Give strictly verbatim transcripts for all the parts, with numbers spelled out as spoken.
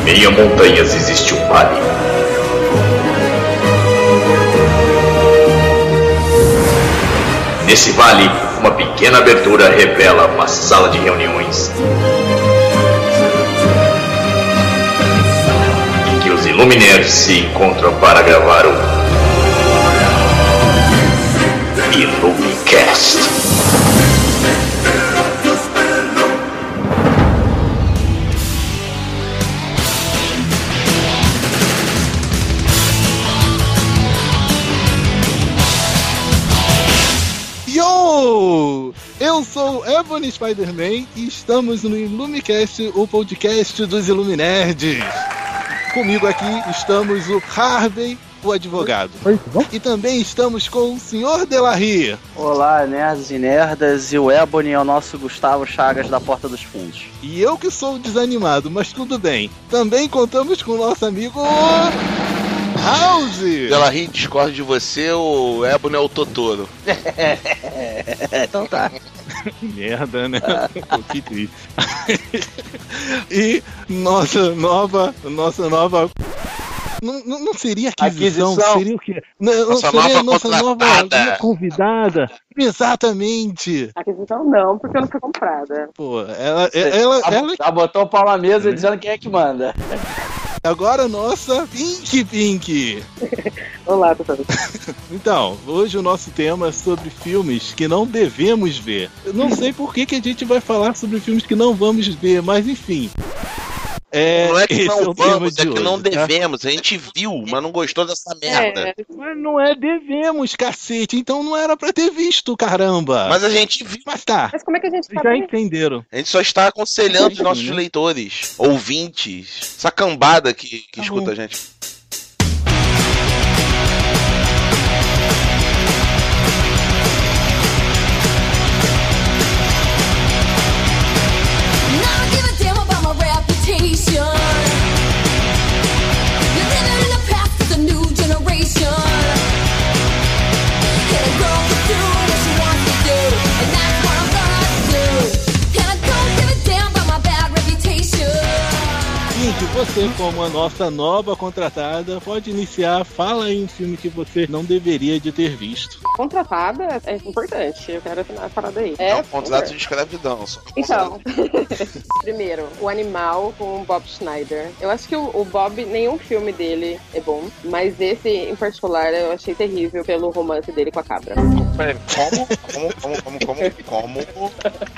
meio a montanhas existe um vale. Nesse vale, uma pequena abertura revela uma sala de reuniões em que os Illuminaires se encontram para gravar o Illumicast. Yo! Eu sou Ebony Spider-Man e estamos no Illumicast, o podcast dos Illuminerds. Comigo aqui estamos o Harvey, o advogado. Oi, tudo bom? E também estamos com o senhor Delarry. Olá, nerds e nerdas, e o Ebony é o nosso Gustavo Chagas da Porta dos Fundos. E eu que sou desanimado, mas tudo bem. Também contamos com o nosso amigo House. Delarry, discordo de você, o Ebony é o Totoro. Então tá. Que merda, né? Pô, que triste. E nossa nova, nossa nova... Não, não, não seria aquisição, aquisição, seria o quê? Não, Nossa seria nova nossa nova contratada. convidada. Exatamente. Aquisição não, porque eu não fui comprada. Pô, ela, ela, Já, ela, já botou o pau na mesa dizendo quem é que manda. agora nossa Pink Pink. Olá, pessoal. Então, hoje o nosso tema é sobre filmes que não devemos ver. Eu não sei por que, que a gente vai falar sobre filmes que não vamos ver, mas enfim. É, Não é que esse não é o tema vamos, de é que hoje, não tá? devemos. A gente viu, mas não gostou dessa merda. É, Mas não é devemos, cacete. Então não era pra ter visto, caramba. Mas a gente viu. Mas tá, mas como é que a gente já sabe? entenderam. A gente só está aconselhando os Sim, nossos né? leitores, ouvintes, essa cambada que, que Tá escuta bom. a gente. Now give a damn about my reputation. You're living in the past with a new generation. Can a girl can do what she wants to do, and that's what I'm gonna do. And I don't give a damn about my bad reputation. Pink, você como a nossa nova contratada, pode iniciar. Fala aí um filme que você não deveria de ter visto. Contratada é importante. Eu quero assinar a parada aí. É um por contrato favor. de escravidão. Só que Então, primeiro, O Animal com o Bob Schneider. Eu acho que o, o Bob, nenhum filme dele é bom, mas esse em particular eu achei terrível pelo romance dele com a cabra. Peraí, como? Como? Como? Como? Como? Como?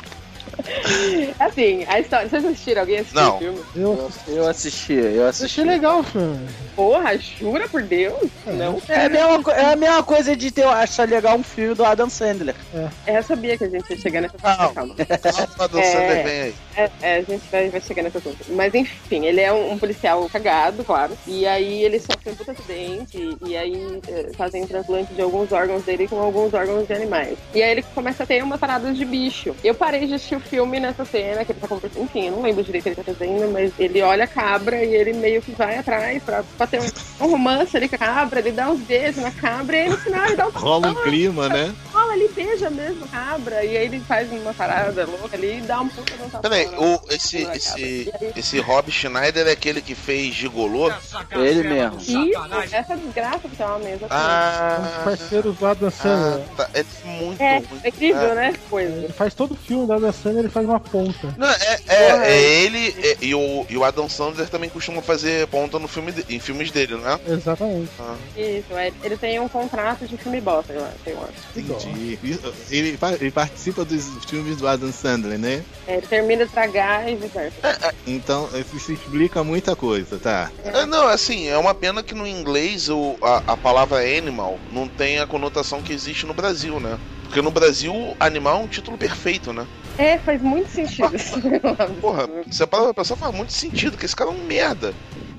Assim, a história. Vocês assistiram? Alguém assistiu Não. o filme? Eu Eu assisti, eu assisti. achei legal o filme. Porra, jura por Deus? Não. É a, mesma, co- é a mesma coisa de ter, achar legal um filme do Adam Sandler. É, eu sabia que a gente ia chegar nessa Não. calma. Calma, Adam Sandler, vem aí. É, é, a gente vai, vai chegar nesse assunto. Mas enfim, ele é um, um policial cagado, claro. E aí ele sofre um puta acidente. E, e aí eh, fazem transplante de alguns órgãos dele com alguns órgãos de animais. E aí ele começa a ter uma parada de bicho. Eu parei de assistir o filme nessa cena que ele tá conversando. Enfim, eu não lembro direito o que ele tá fazendo, mas ele olha a cabra e ele meio que vai atrás pra, pra ter um, um romance ali com a cabra. Ele dá uns beijos na cabra e aí no final ele dá um Rola um clima, né? rola, ele beija mesmo a cabra. E aí ele faz uma parada louca ali e dá um puta de um tapa Peraí, na- o, esse, na esse, cabra. E aí- esse Rob Schneider é aquele que fez Gigolô? Ele mesmo. Isso, essa desgraça que tem uma mesa. Os Ah, parceiros do Adam ah Sandler. tá. É muito é, ruim. é incrível, Ah. né? Coisa. Ele faz todo o filme do Adam Sandler, ele faz uma ponta. Não, é, é, é ele é- e, o, e o Adam Sandler também costuma fazer ponta no filme de- em filmes dele, não é? Exatamente. Ah. Isso, é, ele tem um contrato de filme bosta, eu acho. Eu acho. Entendi. Ele, pa- ele participa dos filmes do Adam Sandler, né? É, ele termina de tragar e vice-versa. Então isso explica muita coisa, tá? É, não, assim, é uma pena que no inglês o, a, a palavra animal não tem a conotação que existe no Brasil, né? Porque no Brasil, animal é um título perfeito, né? É, faz muito sentido esse nome. Porra, você para pra pensar, faz muito sentido, que esse cara é um merda.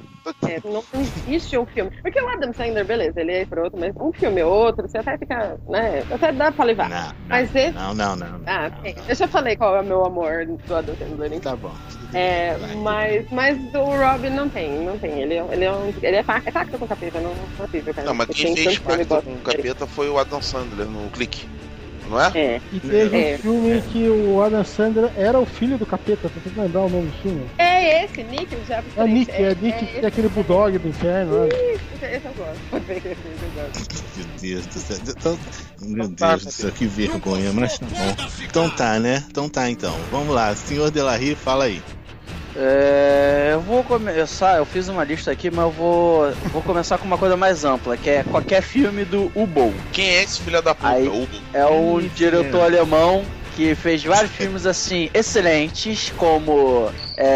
É, não existe um filme. Porque o Adam Sandler, beleza, ele é escroto, mas um filme ou outro, você até fica, né? Até dá pra levar. Não, não, mas esse. não, não, não. Ah, não, ok. não. Eu já falei qual é o meu amor do Adam Sandler. Tá bom. É, Vai. mas, mas o Robin não tem, não tem. Ele, é- ele é um. Ele é pacto, é pacto com o capeta, não não é possível, cara. Não, mas Tem quem fez tanto filme pacto com o bosta. capeta foi o Adam Sandler no Clique, não é? É. E teve É. um filme que o Adam Sandler era o filho do capeta, tô tentando lembrar o nome do filme. É é esse, Nick? Já É Nick, é Nick, que é aquele bulldog do inferno. Né? Esse, esse eu gosto. Esse eu gosto. Meu Deus do céu. Então, meu Deus do céu, que vergonha, mas tá bom. Então tá, né? Então tá, então. Vamos lá, senhor Delarry, fala aí. É, eu vou começar, eu fiz uma lista aqui, mas eu vou, vou começar com uma coisa mais ampla, que é qualquer filme do Ubo. Quem é esse filho da puta? Aí, O- é um Isso, diretor é. alemão que fez vários filmes assim excelentes, como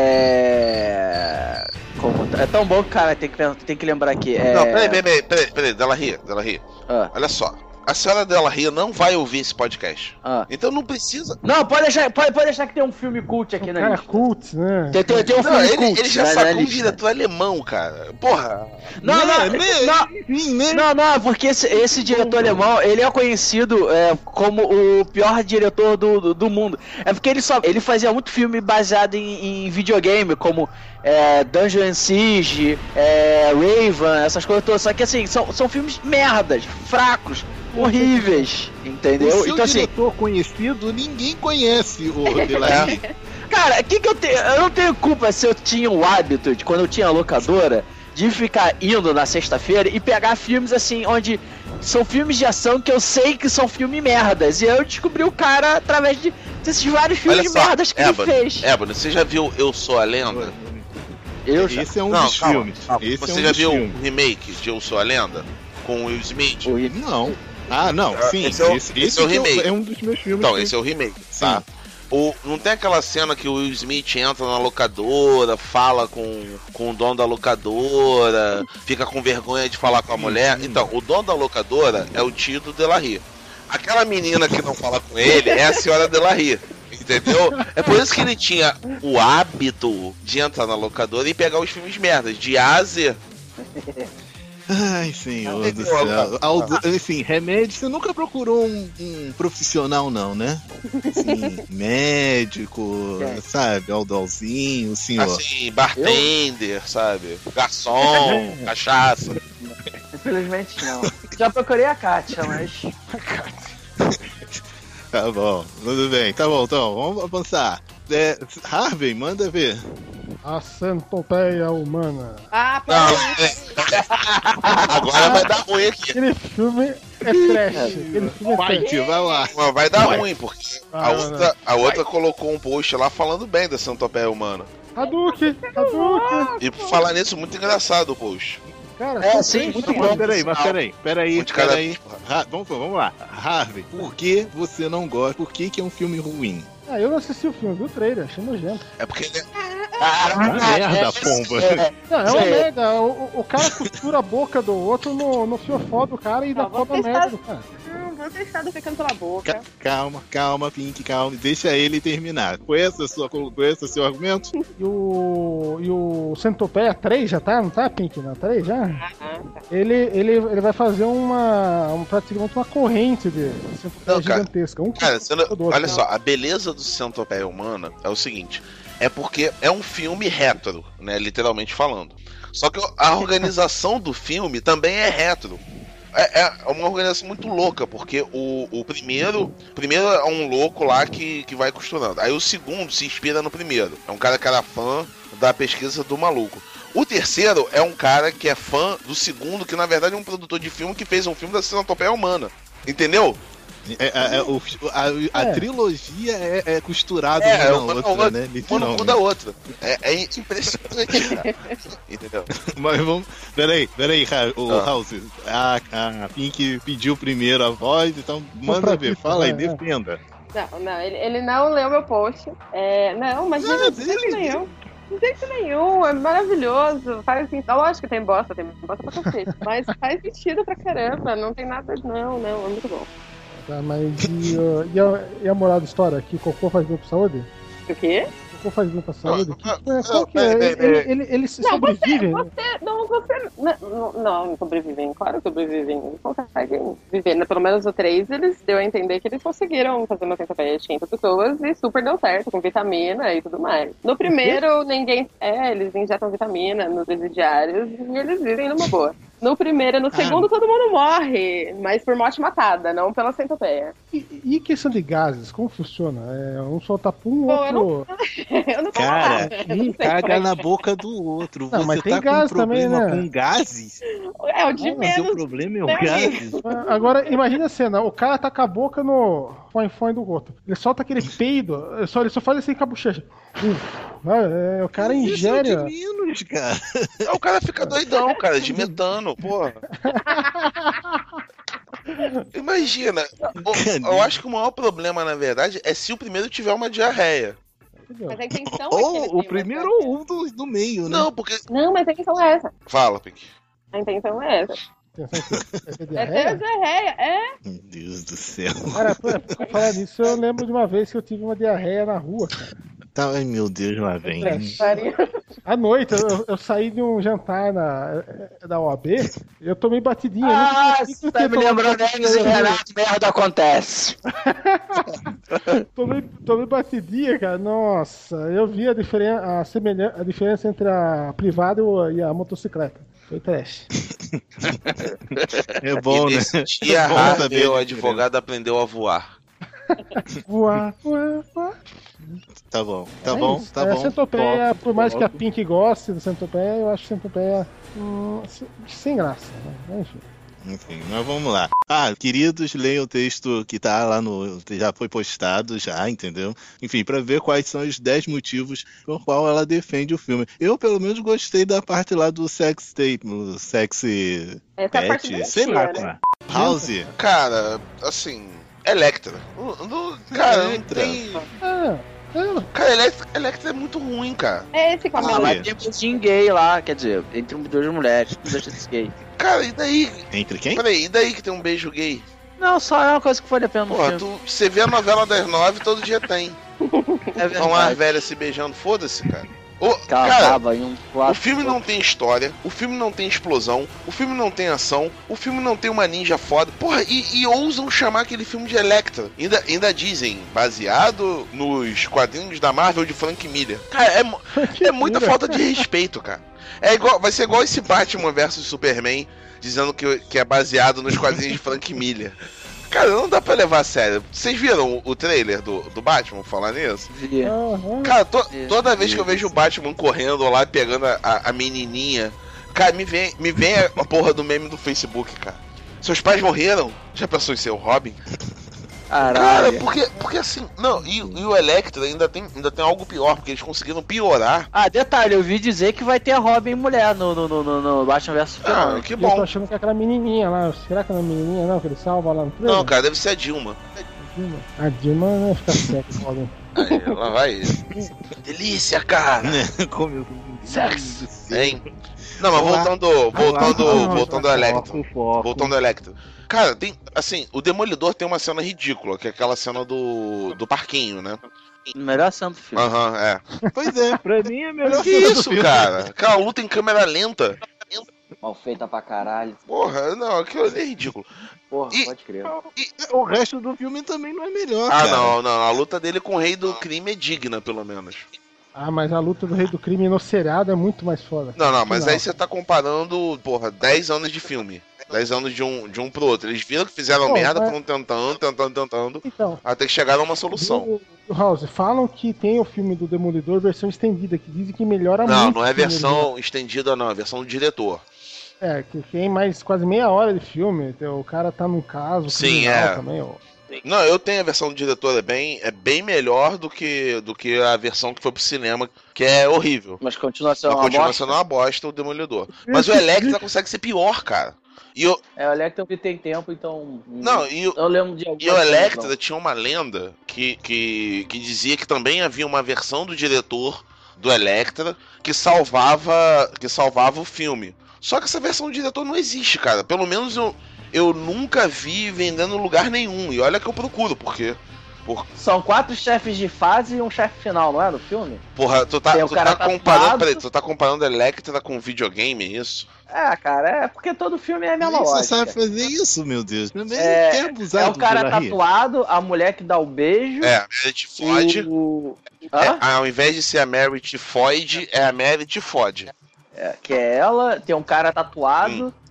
é, como é tão bom que cara tem que tem que lembrar aqui. É... Não, peraí, peraí, peraí, peraí, peraí, Delarry, Delarry. Ah, Olha só, a senhora Delarry não vai ouvir esse podcast. ah. Então não precisa. Não, pode deixar, pode, pode deixar que tem um filme cult aqui O na cara é lista. cult, né? Tem, tem, tem um Não, filme ele, cult ele já na- na sacou um lista. diretor alemão, cara. Porra. Não, não, Né, não, né? não, Sim, né? Não, não, porque esse, esse diretor alemão, ele é conhecido é, como o pior diretor do, do, do mundo. É porque ele só ele fazia muito filme baseado em, em videogame, como é, Dungeon and Siege, é, Raven, essas coisas todas. Só que assim, são, são filmes merdas, fracos, horríveis, entendeu? O seu Então assim, diretor conhecido, ninguém conhece o Delarry. cara, o que que eu tenho? Eu não tenho culpa se eu tinha o hábito de quando eu tinha locadora de ficar indo na sexta-feira e pegar filmes assim, onde são filmes de ação que eu sei que são filmes merdas. E eu descobri o cara através de, desses vários filmes Olha de só, merdas que Ebony, ele fez. Ebony, você já viu Eu Sou a Lenda? Eu já. Esse é um Não, dos calma, filmes. calma. Esse Você é um já dos viu filmes. o remake de Eu Sou a Lenda? Com o Will Smith? Ui. Não. Ah, não, Ah, sim. esse é o- esse esse esse é o que eu- remake. é um dos meus filmes. Então, que- esse é o remake, Sim. tá? O, não tem aquela cena que o Will Smith entra na locadora, fala com, com o dono da locadora, fica com vergonha de falar com a mulher? Então, o dono da locadora é o tio do Delarry. Aquela menina que não fala com ele é a senhora Delarry. Entendeu? É por isso que ele tinha o hábito de entrar na locadora e pegar os filmes merdas, de A a Z. Ai, senhor do Entendeu? céu. Aldo, assim, remédio, você nunca procurou um, um profissional, não, né? Assim, médico, É. sabe? Aldolzinho, senhor. Assim, bartender, sabe? Garçom, cachaça. Infelizmente não. Já procurei a Kátia, mas. Tá bom, tudo bem. Tá bom, então, vamos avançar. É, Harvey, manda ver. A centopeia humana. Ah, Não, peraí. agora vai dar ruim aqui. Aquele filme é trash. Aquele filme é trash. Mike, vai lá. Mas vai dar ruim, porque a Ah, outra, a outra colocou um post lá falando bem da centopeia humana. Hadouken, Hadouken. E por falar nisso, muito engraçado o post. Cara, É, são sim, três muito filmes. Mas peraí, mas peraí, peraí, Um de cada peraí. vez, porra. Ha- vamos, vamos lá. Harvey, por que você não gosta? Por que, que é um filme ruim? Ah, eu não assisti o filme, vi o trailer, achei nojento. É porque ele é... Uma merda, pomba. É, Não, é uma Sim. merda. O, o- o cara costura a boca do outro no, no fiofó do cara e Não, dá foda vocês merda fazem- do cara. Não, você está ficando pela boca. Ca- Calma, calma, Pink, calma. Deixa ele terminar. Com essa sua, com esse seu argumento? E o. E o Centopeia três já tá? Não tá, Pink? Não, três já? Ah, tá. Ele, ele, ele vai fazer uma. um, praticamente uma corrente de Centopeia Não, cara. gigantesca. Um Cara, você não- do outro. olha só, a beleza do Centopeia Humana é o seguinte, é porque é um filme rétro, né, literalmente falando. Só que a organização do filme também é rétro. É, é uma organização muito louca, porque o, o primeiro primeiro é um louco lá que, que vai costurando. Aí o segundo se inspira no primeiro. É um cara que era fã da pesquisa do maluco. O terceiro é um cara que é fã do segundo, que na verdade é um produtor de filme que fez um filme da Centopeia Humana. Entendeu? É, é, é, o- a, a É. trilogia é, é costurada É, uma uma na na outra, outra, né? Uma não Literalmente. muda a outra. É, é impressionante, cara. Entendeu? Mas vamos. Peraí, peraí, Ra- o Ah. House. A, a Pink pediu primeiro a voz, então manda pra ver. Pink, Fala aí, vai, vai. defenda. Não, não, ele, ele não leu meu post. É, não, mas Ah, de jeito ele- nenhum. De jeito nenhum, é maravilhoso. Faz assim, lógico que tem bosta, tem bosta pra cacete. Mas faz sentido pra caramba, não tem nada. Não, não, é muito bom. Tá, mas e, uh, e, a, e a moral da história? Que cocô faz bem pra saúde? O quê? Cocô faz bem pra saúde? Que, ah, é, qual que é? peraí, Ele, peraí, ele, ele, ele se Não, sobrevive. Você, não, você. Não, não, não sobrevivem, claro que sobrevivem. Eles conseguem viver, né? Pelo menos o três, eles deu a entender que eles conseguiram fazer uma centopeia de quinhentas pessoas e super deu certo, com vitamina e tudo mais. No primeiro, ninguém. É, eles injetam vitamina nos presidiários e eles vivem numa boa. No primeiro e no segundo todo mundo morre, mas por morte matada, não pela centopeia. E, e questão de gases, como funciona? É, um solta pum, Pô, outro... eu não, eu não tô Cara, lá. Eu não um sei como caga é na que boca do outro. Não, Você mas tem tá com um gás também, problema né? com gases? é. É o de O seu menos. problema é o né, gases? Agora, imagina a cena, o cara tá com a boca no fone-fone do outro. Ele solta aquele peido, ele só, ele só faz assim com a bochecha. Uf, é, o cara Mas isso é ingere... de menos, cara. Aí o cara fica doidão, cara, de metano, porra. Imagina, o- eu acho que o maior problema, na verdade, é se o primeiro tiver uma diarreia. Mas a intenção é que ele Ou tenha o uma primeiro diarreia. ou um do, do meio, né? Não, porque. Não, mas a intenção é essa. Fala, Pique. A intenção é essa. Atenção aqui, é É ter diarreia? diarreia, é. Meu Deus do céu. Cara, pra, pra falar nisso, eu lembro de uma vez que eu tive uma diarreia na rua, cara. Tá, ai, meu Deus, lá vem. Faria. À noite, eu, eu saí de um jantar na, da O A B, eu tomei batidinha. eu nunca Ah, tinha- você nunca tá tinha me tomado lembrando batidinha Hermes e na vida. Renato, merda acontece. Tomei, tomei batidinha, cara. Nossa, eu vi a, diferen a, semelhan a diferença entre a privada e o- e a motocicleta. Foi trash. É bom, e né? nesse dia, É bom Harvey, saber o a advogado, aprendeu a voar. Voar, voar, voar. Tá bom, tá É bom, isso. tá É, bom. Centopeia, Topo, por mais que a topo. Pink goste do Centopeia, eu acho Centopeia hum, se- sem graça. Né? Enfim. Enfim, mas vamos lá. Ah, queridos, leiam o texto que tá lá no... Já foi postado, já, entendeu? Enfim, pra ver quais são os dez motivos por qual ela defende o filme. Eu, pelo menos, gostei da parte lá do sex tape, o sexy Essa é a parte pet, da sei lá mentira, qual né? é. House. Cara, assim, Electra. Não- não- Cara, não Electra. tem. Ah, é, Cara, Electra, Electra é muito ruim, cara. É esse com a Ah, Melanie. Mas tem um beijinho gay lá, quer dizer, entre duas mulheres, dois beijos gay. Cara, e daí? Entre quem? Peraí, e daí que tem um beijo gay? Não, só é uma coisa que vale a pena no Porra, filme. tu, você vê a novela das nove, todo dia tem. É Vão lá as verdade. velhas se beijando, foda-se, cara. Ô, Aquela cara, baba em um o quatro. filme não tem história, o filme não tem explosão, o filme não tem ação, o filme não tem uma ninja foda. Porra, e, e ousam chamar aquele filme de Electra. Ainda, ainda dizem, baseado nos quadrinhos da Marvel de Frank Miller. Cara, é, mu- é muita falta de respeito, cara. É igual, vai ser igual esse Batman versus Superman, dizendo que, que é baseado nos quadrinhos de Frank Miller. Cara, não dá pra levar a sério. Vocês viram o, o trailer do, do Batman falar nisso? Vi. aham. Cara, to- Isso, toda vez que eu isso. vejo o Batman correndo lá, pegando a, a- a menininha, cara, me vem, me vem a, a porra do meme do Facebook, cara. Seus pais morreram? Já pensou em ser o Robin? Cara, Caralho. porque, porque assim, não, e, e o Electra ainda tem, ainda tem algo pior, porque eles conseguiram piorar. Ah, detalhe, eu vi dizer que vai ter a Robin mulher no, no, no, no, no Batman versus Ah, Superman. que Eu tô bom. achando que é aquela menininha lá. Será que não é menininha não? Que ele salva lá no trailer? Não, cara, deve ser a Dilma. Dilma. A Dilma não vai ficar seca, Robin. Aí, lá vai. Delícia, cara. Como eu... Sexo. Hein? Não, mas Vamos lá. voltando, voltando, Vamos lá. voltando ao Electra. Foco, foco. Voltando ao Electra. Cara, tem, assim, o Demolidor tem uma cena ridícula, que é aquela cena do, do parquinho, né? Melhor cena do filme. Aham, é. Pois é, pra mim é melhor Que cena do isso, filme. cara? Aquela luta em câmera lenta. Mal feita pra caralho. Porra, não, aquilo ali é ridículo. Porra, E- pode crer. O resto do filme também não é melhor, Ah, cara. não, não, a luta dele com o rei do crime é digna, pelo menos. Ah, mas a luta do Rei do Crime no seriado é muito mais foda. Não, não, mas Não. aí você tá comparando, porra, dez anos de filme. dez anos de um, de um pro outro. Eles viram que fizeram Pô, merda, mas- foram tentando, tentando, tentando, Então, até que chegaram a uma solução. o, o House, falam que tem o filme do Demolidor versão estendida, que dizem que melhora Não, muito. não é o filme original. versão estendida, não, é versão do diretor. É, que tem mais quase meia hora de filme. O cara tá num caso Sim, criminal é. também, ó. Não, eu tenho a versão do diretor, é bem, é bem melhor do que, do que a versão que foi pro cinema, que é horrível. Mas continua sendo Mas uma continua bosta. sendo uma bosta o Demolidor. Mas o Electra consegue ser pior, cara. E o, É, o Electra tem tempo, então... não, e o, Eu lembro de alguma E o coisa, Electra não. tinha uma lenda que, que, que dizia que também havia uma versão do diretor do Electra que salvava, que salvava o filme. Só que essa versão do diretor não existe, cara. Pelo menos eu, eu nunca vi vendendo em lugar nenhum. E olha que eu procuro, porque... Por, São quatro chefes de fase e um chefe final, não é? No filme? porra, tu tá, Tem o tu cara tá comparando... tatuado. Peraí, tu tá comparando Electra com videogame, é isso? É, cara, é porque todo filme é a mesma Você lógica. sabe fazer isso, meu Deus. Também É, quer abusar É o do cara Jurahir. tatuado, a mulher que dá o beijo. É, a Mary te fode. o... É, Hã? ao invés de ser a Mary te fode, é a Mary te fode. É, que é ela, tem um cara tatuado,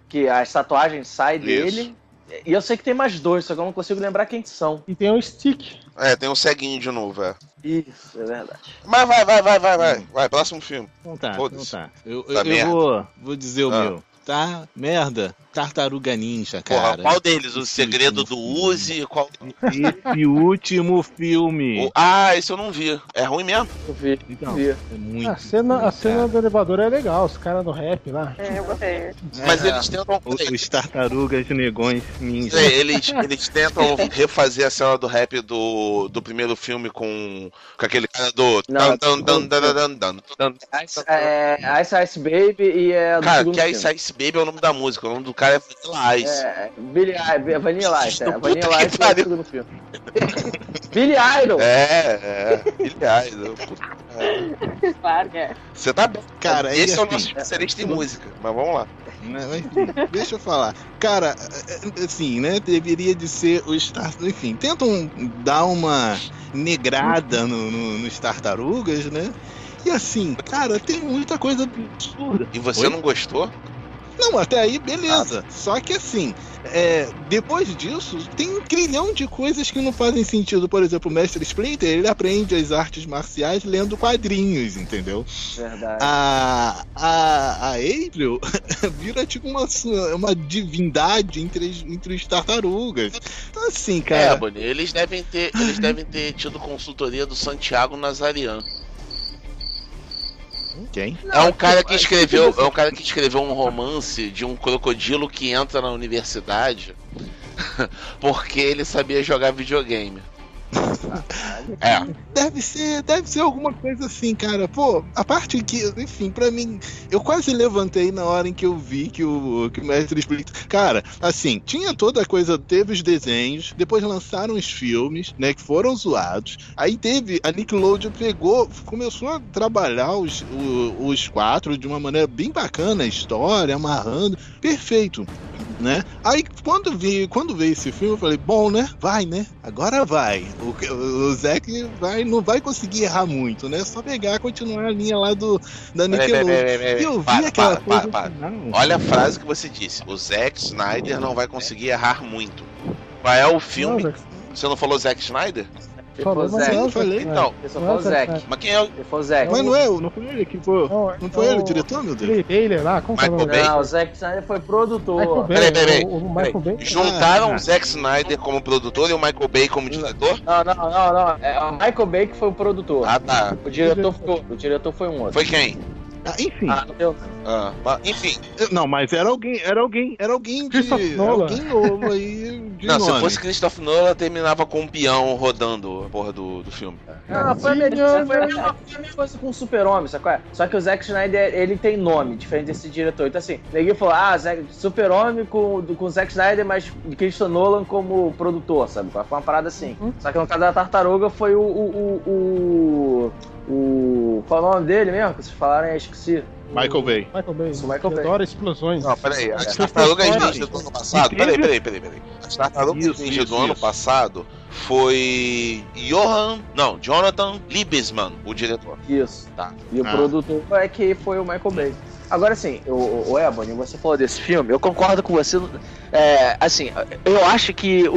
que as tatuagens saem Isso. dele. E eu sei que tem mais dois, só que eu não consigo lembrar quem são. E tem um stick. É, tem um ceguinho de novo, é. Isso, é verdade. Mas vai, vai, vai, vai, vai. Vai, próximo filme. Então tá, Foda-se. então tá. Eu, Tá eu, eu merda. vou, vou dizer o Ah. meu. Tá? Merda. Tartaruga Ninja, Porra, cara. qual deles? O Esse Segredo do último Uzi? Qual... Esse último filme. O- Ah, esse eu não vi. É ruim mesmo? Eu vi. Então, vi. é muito. A cena, a ruim, cena cara. do elevador é legal, os caras no rap lá. É, eu gostei. Mas É, eles tentam. os, os tartarugas negões ninja. É, Eles, eles tentam refazer a cena do rap do, do primeiro filme com, com aquele cara do. Não, Dan, dan, dan, dan, dan, dan. Ice, é, Ice Ice Baby e é do Cara, segundo que é filme. Ice Ice Baby é o nome da música, o nome do cara é Vanilla Ice. É, Billy I- Vanilla Ice, é. Puta Vanilla que Ice é o pariu. segundo filme. Billy Idol! É, é, aliás, eu- puta, é. Claro que é. Você tá bem. Cara, aí, esse é o assim, nosso especialista em música, mas vamos lá. Né, mas, enfim, deixa eu falar. Cara, assim, né? Deveria de ser os tartarugas. Enfim, tentam dar uma negrada no, no- nos tartarugas, né? E assim, cara, tem muita coisa absurda. E você Oi? não gostou? Não, até aí, beleza. Só que assim, é, depois disso, tem um trilhão de coisas que não fazem sentido. Por exemplo, o Mestre Splinter, ele aprende as artes marciais lendo quadrinhos, entendeu? Verdade. A, a, a April vira tipo uma, uma divindade entre, as- entre os tartarugas. Então assim, É, cara... Bonnie, eles devem ter, eles devem ter tido consultoria do Santiago Nazarian. Quem? É um cara tipo, que é, escreveu, tipo, é um cara que escreveu um romance de um crocodilo que entra na universidade porque ele sabia jogar videogame. É. Deve ser, deve ser alguma coisa assim, cara. Pô, a parte que, enfim, pra mim, eu quase levantei na hora em que eu vi que o, que o Mestre Splinter. Cara, assim, tinha toda a coisa, teve os desenhos, depois lançaram os filmes, né, que foram zoados. Aí teve, a Nickelodeon pegou, começou a trabalhar os, o- os quatro de uma maneira bem bacana, a história, amarrando, perfeito. Né? Aí quando vi, quando veio esse filme, eu falei, bom, né? Vai, né? Agora vai. O, o Zack vai, não vai conseguir errar muito, né? Só pegar e continuar a linha lá do da Peraí, Nickelodeon. peraí, peraí, E eu vi para, aquela para, coisa para, no final. Olha a frase que você disse. O Zack Snyder não vai conseguir errar muito. Qual é o filme? Não, Você não falou Zack Snyder? Se falou, for mas Zack. não, eu falei, então. Se só Não, for o Zack Zack. Mas quem é o Se for o Zack. Mas não é, não foi ele que foi. Não, Não foi é ele o- o diretor, meu Deus? Aquele Baylor lá, como que é o nome Michael dele? Bay? Não, o Zack Snyder foi produtor. Michael Bay. Peraí, peraí, O, o peraí. Michael Bay. Juntaram Ah. o Zack Snyder como produtor e o Michael Bay como diretor? Não, não, não, não. É o Michael Bay que foi o produtor. Ah, tá. O diretor foi outro. O diretor foi um outro. Foi quem? Ah, enfim, Ah, não deu. Ah, mas, enfim. eu- não, mas era alguém, era alguém, era alguém de. Christopher Era Nolan. alguém novo aí de Não, nome. se fosse Christopher Nolan, terminava com um peão rodando a porra do, do filme. Não, foi a, mesma, foi, a mesma, foi a mesma coisa com o Super-Homem, sabe qual é? Só que o Zack Snyder, ele tem nome, diferente desse diretor. Então assim, ninguém falou, ah, Zack- Super-Homem com, com o Zack Snyder, mas Christopher Nolan como produtor, sabe? Foi uma parada assim. Só que no caso da Tartaruga foi o... o, o, o, o qual é o nome dele mesmo? Que vocês falaram, eu esqueci. Michael Bay. Michael Bay. Isso, Michael que Bay. adora explosões. Não, peraí. As É. Tartarugas Fez Ninja do ano passado. E Peraí, teve- peraí, peraí, peraí. As Tartarugas Isso, Ninja isso, do ano isso. passado foi Johan. Não, Jonathan Liebesman, o diretor. Isso. Tá. E o Ah. produtor é que foi o Michael Bay. Agora, assim, o, o, o Ebony, você falou desse filme, eu concordo com você. É, assim, eu acho que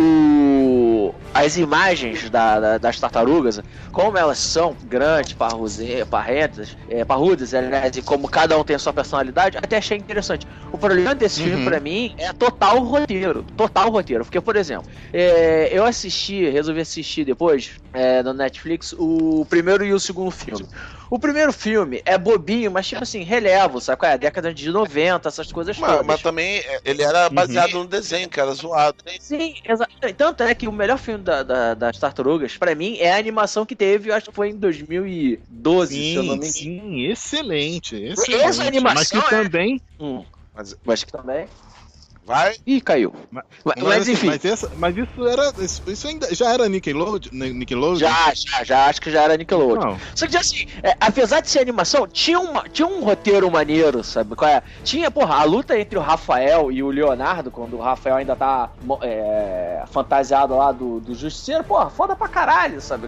o, as imagens da, da- das tartarugas, como elas são grandes, parruze- parrentas, é, parrudas, aliás, e como cada um tem a sua personalidade, até achei interessante. O problema desse filme, Uhum. pra mim, é total roteiro. Total roteiro. Porque, por exemplo, é, eu assisti, resolvi assistir depois, é, no Netflix, o primeiro e o segundo filme. O primeiro filme é bobinho, mas tipo assim, relevo, sabe qual é? Década de noventa, essas coisas Mas, todas. mas também é, ele era baseado no desenho, que era zoado. Sim, exato. Tanto é que o melhor filme da, da- das Tartarugas, pra mim, é a animação que teve, eu acho que foi em dois mil e doze, se eu não me Sim, engano. sim, excelente, excelente. Essa animação Mas que é- também. Hum, Mas mas que também... vai. Ih, caiu. Mas- Mas, Mas, mas, assim, enfim, mas, essa, mas isso era. Isso, isso ainda já era Nickelodeon? Nickelodeon? já, já, já, acho que já era Nickelodeon. Não. Só que assim, é, apesar de ser animação, tinha, uma, tinha um roteiro maneiro, sabe qual é? Tinha, porra, a luta entre o Rafael e o Leonardo, quando o Rafael ainda tá mo- é, fantasiado lá do, do Justiceiro, porra, foda pra caralho, sabe qual é?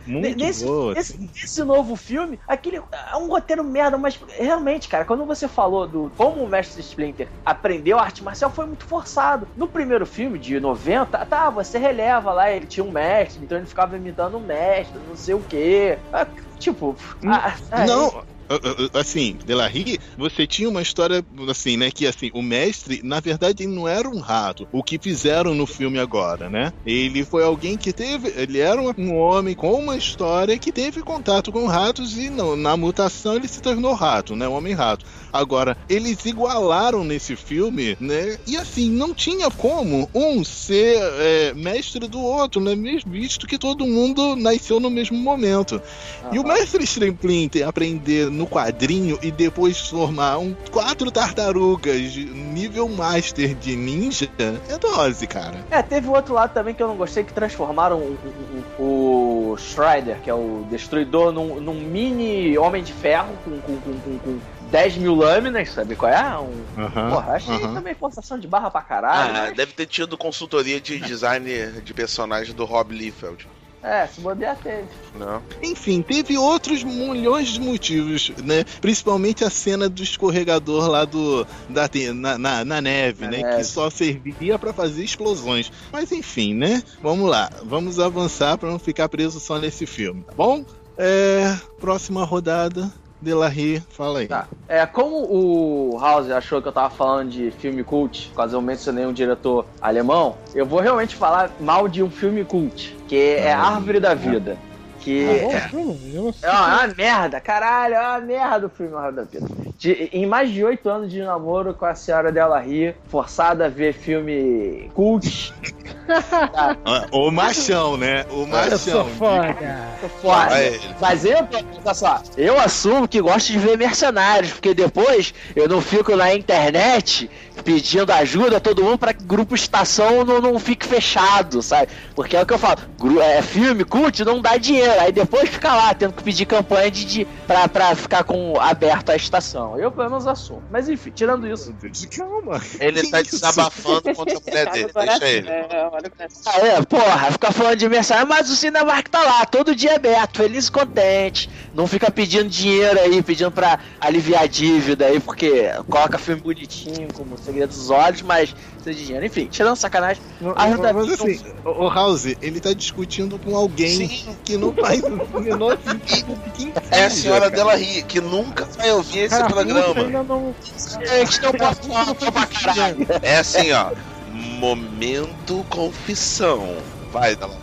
Muito nesse, boa. nesse, nesse novo filme, aquele é um roteiro merda, mas realmente, cara, quando você falou do como o Mestre Splinter aprendeu arte marcial, foi muito forçado. No primeiro filme, de noventa, tá, você releva lá, ele tinha um mestre, então ele ficava imitando o mestre, não sei o quê. Ah, tipo... Ah, não... Assim, Delarry, você tinha uma história assim, né? Que assim, o mestre, na verdade, ele não era um rato. O que fizeram no filme agora, né? Ele foi alguém que teve. Ele era um homem com uma história que teve contato com ratos e não, na mutação ele se tornou rato, né? Um homem-rato. Agora, eles igualaram nesse filme, né? E assim, não tinha como um ser é, mestre do outro, né? Mesmo visto que todo mundo nasceu no mesmo momento. Uhum. E o mestre Splinter aprender no quadrinho e depois formar um, quatro tartarugas nível master de ninja é dose, cara. É, teve outro lado também que eu não gostei, que transformaram o, o, o Strider, que é o Destruidor, num, num mini Homem de Ferro com, com, com, com, com dez mil lâminas, sabe qual é? Um, uhum, porra, achei uhum. também forçação de barra pra caralho. Ah, mas... deve ter tido consultoria de design de personagem do Rob Liefeld. É, se bobear teve. Não. Enfim, teve outros milhões de motivos, né? Principalmente a cena do escorregador lá do, da, na, na, na neve, na né? Neve. Que só serviria pra fazer explosões. Mas enfim, né? Vamos lá, vamos avançar pra não ficar preso só nesse filme, tá bom? É, próxima rodada. Delarry, fala aí. Tá. É, como o House achou que eu tava falando de filme cult, caso eu mencionei um diretor alemão, eu vou realmente falar mal de um filme cult, que é ah, Árvore da Vida. Que ah, é, filme? é, uma, é uma merda, caralho, é uma merda o filme Árvore da Vida. De, em mais de oito anos de namoro com a senhora Delarry, forçada a ver filme cult. Tá. O machão, né? O machão. Eu sou foda. Tô foda. Mas eu, olha só, eu assumo que gosto de ver Mercenários, porque depois eu não fico na internet pedindo ajuda a todo mundo pra que grupo estação não, não fique fechado, sabe? Porque é o que eu falo, é, filme cult não dá dinheiro, aí depois fica lá tendo que pedir campanha de, de, pra, pra ficar com, aberto a estação. Eu pelo menos assumo. Mas enfim, tirando isso... Calma. Ele que tá isso? desabafando contra a mulher dele, deixa ele. Ah, é, porra, fica falando de Mercenários, mas o Cinemark tá lá, todo dia aberto, feliz e contente. Não fica pedindo dinheiro aí, pedindo pra aliviar a dívida aí, porque coloca filme bonitinho, como O Segredo dos Olhos, mas precisa de dinheiro. Enfim, tirando sacanagem. Mas, mas, mas assim, não... o House, ele tá discutindo com alguém Sim. que não faz o menor sentido. É a senhora Delarry, que nunca vai ouvir esse Cara, programa. Ainda não... A gente não pode falar pra caralho. É assim, ó. Momento confissão. Vai, Delarry.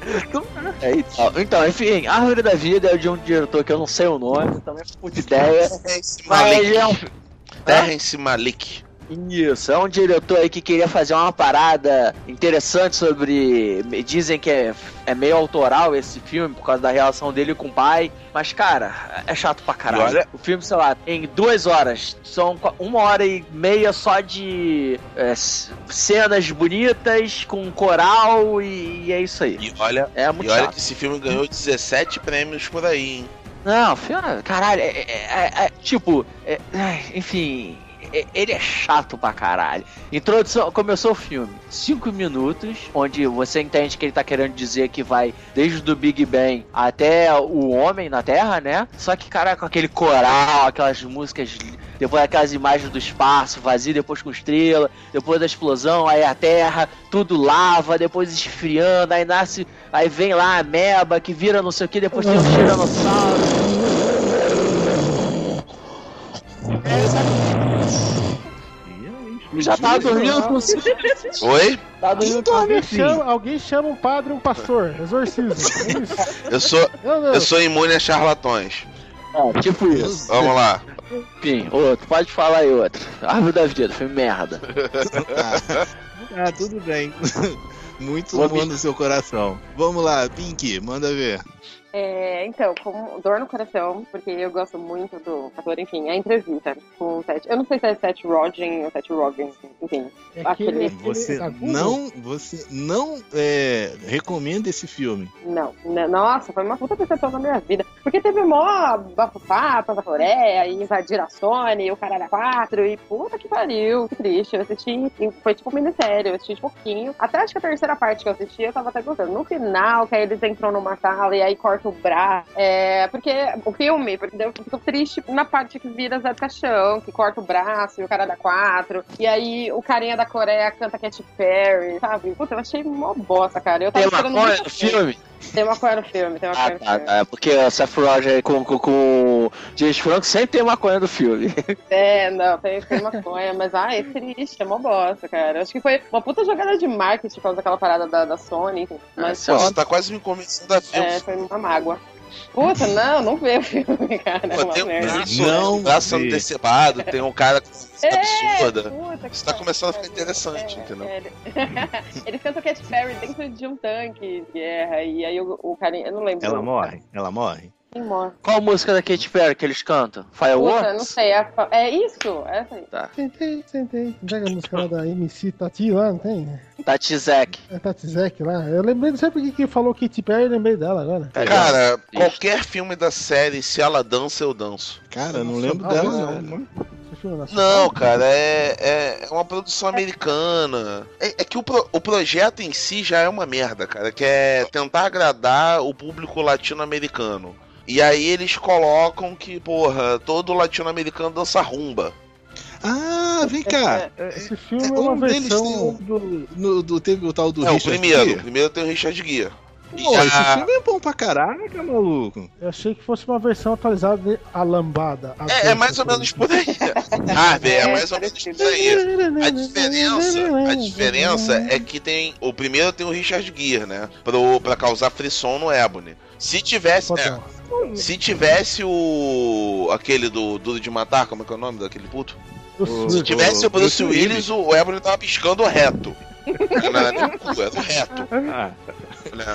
É, então, então, enfim, Árvore da Vida é de um diretor que eu não sei o nome, também é puta ideia. Terrence Mas Malick. é um... Terrence Malick. Isso, é um diretor aí que queria fazer uma parada interessante sobre... Dizem que é, é meio autoral esse filme, por causa da relação dele com o pai. Mas, cara, é chato pra caralho. Olha... O filme, sei lá, em duas horas. São uma hora e meia só de é, cenas bonitas, com coral e, e é isso aí. E olha, é muito e olha chato. que esse filme ganhou dezessete prêmios por aí, hein? Não, filme... Caralho, é, é, é, é tipo... É, enfim... Ele é chato pra caralho. Introdução, começou o filme, cinco minutos, onde você entende que ele tá querendo dizer que vai desde o Big Bang até o homem na Terra, né? Só que, cara, com aquele coral, aquelas músicas, depois aquelas imagens do espaço vazio, depois com estrela, depois da explosão, aí a Terra, tudo lava, depois esfriando, aí nasce, aí vem lá a ameba que vira não sei o que, depois tem um tiranossauro. É exatamente. Já tá dormindo com o Oi? Tá dormindo com Alguém o chama, alguém chama um padre, um pastor, exorcismo. É isso. Eu sou, eu sou imune a charlatões. É, tipo isso. Vamos lá. Enfim, outro, pode falar aí outro. Árvore da Vida, filme merda. Ah, tudo bem. Muito bom no seu coração. Vamos lá, Pink, manda ver. É, então, com dor no coração, porque eu gosto muito do ator, enfim, a entrevista com o Seth. Eu não sei se é Seth Rogen ou Seth Rogen, enfim. É aquele... aquele, Você não, você não é, recomenda esse filme? Não, não, nossa, foi uma puta decepção na minha vida. Porque teve mó bafufá, Santa Coreia, e invadir a Sony, e o cara era quatro, e puta que pariu, que triste. Eu assisti, e foi tipo minissérie, eu assisti de pouquinho. Até acho que a terceira parte que eu assisti, eu tava até gostando. No final, que aí eles entram numa sala e aí corta corta o braço. É, porque o filme, porque eu fico triste na parte que vira Zé do Caixão, que corta o braço e o cara dá quatro. E aí o carinha da Coreia canta Katy Perry, sabe? Puta, eu achei mó bosta, cara. Eu tava Tem esperando maconha muito no filme? Tem maconha no filme, tem Ah, maconha no tá, filme. tá. Porque o Seth Rogen com, com, com o James Franco sempre tem maconha no filme. É, não, tem, tem maconha, mas ah, é triste, é mó bosta, cara. Eu acho que foi uma puta jogada de marketing por causa daquela parada da, da Sony, enfim. Mas Pô, você tá quase me convencendo a ver. é, foi uma mágoa. Puta, não, não vê o filme, cara. Pô, é uma tem um merda. braço, Não um braço vê. antecipado, tem um cara com É, absurda. puta, Isso tá que começando a ficar pariu. interessante, É, entendeu? é, ele- Eles cantam Katy Perry dentro de um tanque de guerra, e aí o, o carinha, eu não lembro. Ela morre, ela morre. Quem morre? Qual música da Katy Perry que eles cantam? Puta, Fireworks? não sei, é, fa- é isso, essa aí. Tá. Sentei, sentei. Não pega a música lá da M C Tati lá, não tem? Tati Zek. É Tati Zek lá. Eu lembrei, não sei porque que falou Katy Perry, eu lembrei dela agora. Cara, Isso. qualquer filme da série, se ela dança, eu danço. Cara, eu não lembro Ah, dela, mas- não. mano. Esse filme nacional? Não, cara, é, é, é uma produção americana. É, é que o, pro- o projeto em si já é uma merda, cara, que é tentar agradar o público latino-americano. E aí eles colocam que, porra, todo latino-americano dança rumba. Ah, vem cá. Esse filme É, é uma um deles versão. tem o do, no- do- teve o tal do É, o Richard primeiro. O Gere. primeiro tem o Richard Gere. E Pô, já- esse filme é bom pra caraca, maluco. Eu achei que fosse uma versão atualizada de A Lambada. A É, é dança, mais ou por menos por aí. Ah, velho, é mais ou menos por aí. A diferença, a diferença é que tem. O primeiro tem o Richard Gere, né? Pro, pra causar frição no Ebony. Se tivesse. é, se tivesse o. Aquele do Duro de Matar, como é que é o nome daquele puto? Se tivesse o Bruce Bruce Willis, o Ebony tava piscando reto. Não era nem o cu, era o reto. Ah, Né?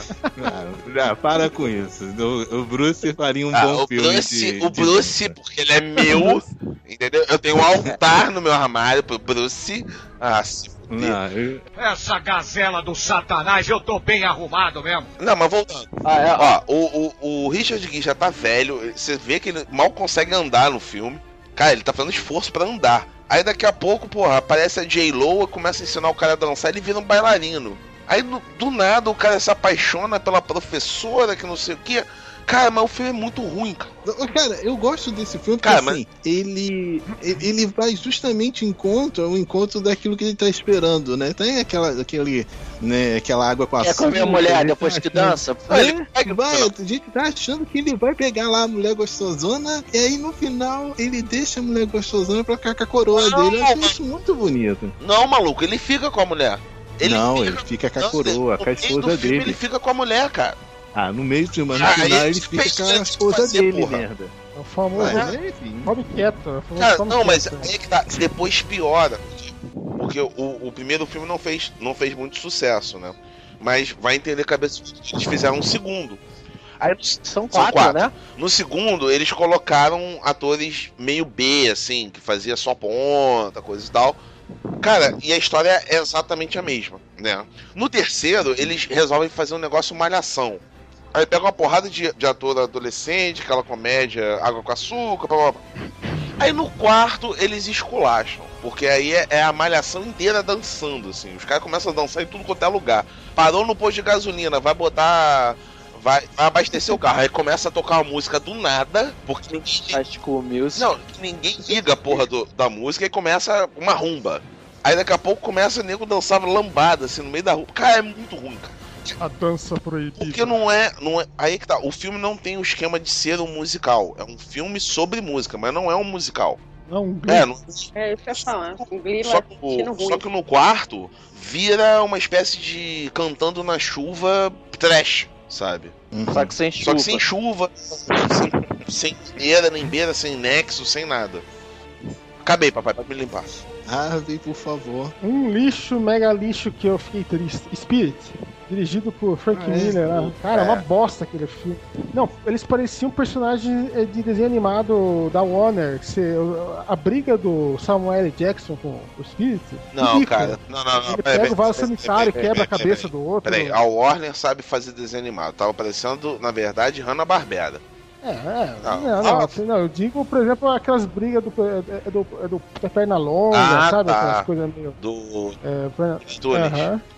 ah, ah, para com isso. O, o Bruce faria um Ah, bom o filme. Bruce, de, o de Bruce, dança. porque ele é meu, entendeu? Eu tenho um altar no meu armário pro Bruce. Ah, se fuder. Não, eu- Essa gazela do satanás, eu tô bem arrumado mesmo. Não, mas voltando. Ah, é, ó. Ó, o, o, o Richard Gere já tá velho, você vê que ele mal consegue andar no filme. Cara, ele tá fazendo esforço pra andar. Aí daqui a pouco, porra, aparece a J-Lo, começa a ensinar o cara a dançar, ele vira um bailarino. Aí do, do nada o cara se apaixona pela professora, que não sei o que. Cara, mas o filme é muito ruim, cara. Cara, eu gosto desse filme porque Cara, assim, ele, ele ele vai justamente em encontro, ao encontro daquilo que ele tá esperando, né? Tem aquela, aquele, né, aquela água com Quer comer a mulher depois que dança? Ah, ele É, pega- vai, a gente tá achando que ele vai pegar lá a mulher gostosona e aí no final ele deixa a mulher gostosona pra ficar com a coroa Não, dele. Eu achei mas- isso muito bonito. Não, maluco, ele fica com a mulher. não, fica- ele fica com a Não, coroa, no com a meio do esposa filme dele. Ele fica com a mulher, cara. Ah, no meio do filme, mas no Ah, final aí ele fica fez com a antes de esposa fazer, dele, porra. merda. É o famoso. Mas, enfim. Come quieto. é o famoso Cara, come não, mas quieto. aí é que tá. Depois piora. Porque o, o primeiro filme não fez, não fez muito sucesso, né? Mas vai entender a cabeça que eles fizeram um segundo. Aí no- São quatro, né? No segundo, eles colocaram atores meio B, assim, que fazia só ponta, coisa e tal. Cara, e a história é exatamente a mesma, né? No terceiro, eles resolvem fazer um negócio malhação. Aí pega uma porrada de, de ator adolescente, aquela comédia água com açúcar, blá, blá, blá. Aí no quarto, eles esculacham. Porque aí é, é a malhação inteira dançando, assim. Os caras começam a dançar em tudo quanto é lugar. Parou no posto de gasolina, vai botar... Vai, vai abastecer o carro. Aí começa a tocar uma música do nada, porque ninguém... High School Music. Não, ninguém liga a porra do, da música e começa uma rumba. Aí daqui a pouco começa o nego dançar lambada, assim, no meio da rua. Cara, é muito ruim, cara. A dança proibida. Porque não é, não é. Aí que tá. O filme não tem o esquema de ser um musical. É um filme sobre música, mas não é um musical. Não, É, não, É isso que eu ia falar. Um Glee só, que latino o, ruim. só que no quarto vira uma espécie de cantando na chuva trash, sabe? Só que sem chuva. Só que sem chuva, sem, sem beira, nem beira, sem nexo, sem nada. Acabei, papai, pode me limpar. Harvey, por favor. Um lixo, mega lixo que eu fiquei triste. Spirit. Dirigido por Frank Ah, é? Miller lá. Cara, é É. uma bosta aquele filme. Não, eles pareciam personagens eh, de desenho animado da Warner. Que você- a briga do Samuel L. Jackson com o Spirit. Não, ridículo. cara. Não, não, não. Ele peraí, pega o vaso peraí, sanitário, peraí, quebra a peraí, cabeça peraí. do outro. Peraí, a Warner sabe fazer desenho animado. Tava parecendo, na verdade, Hanna-Barbera. É, é. Não. Não, não, Ah. assim, não, eu digo, por exemplo, aquelas brigas do, é, é do, é do da perna longa, Ah, sabe? tá. Aquelas coisas meio. Do É, perna... Tunis. Aham.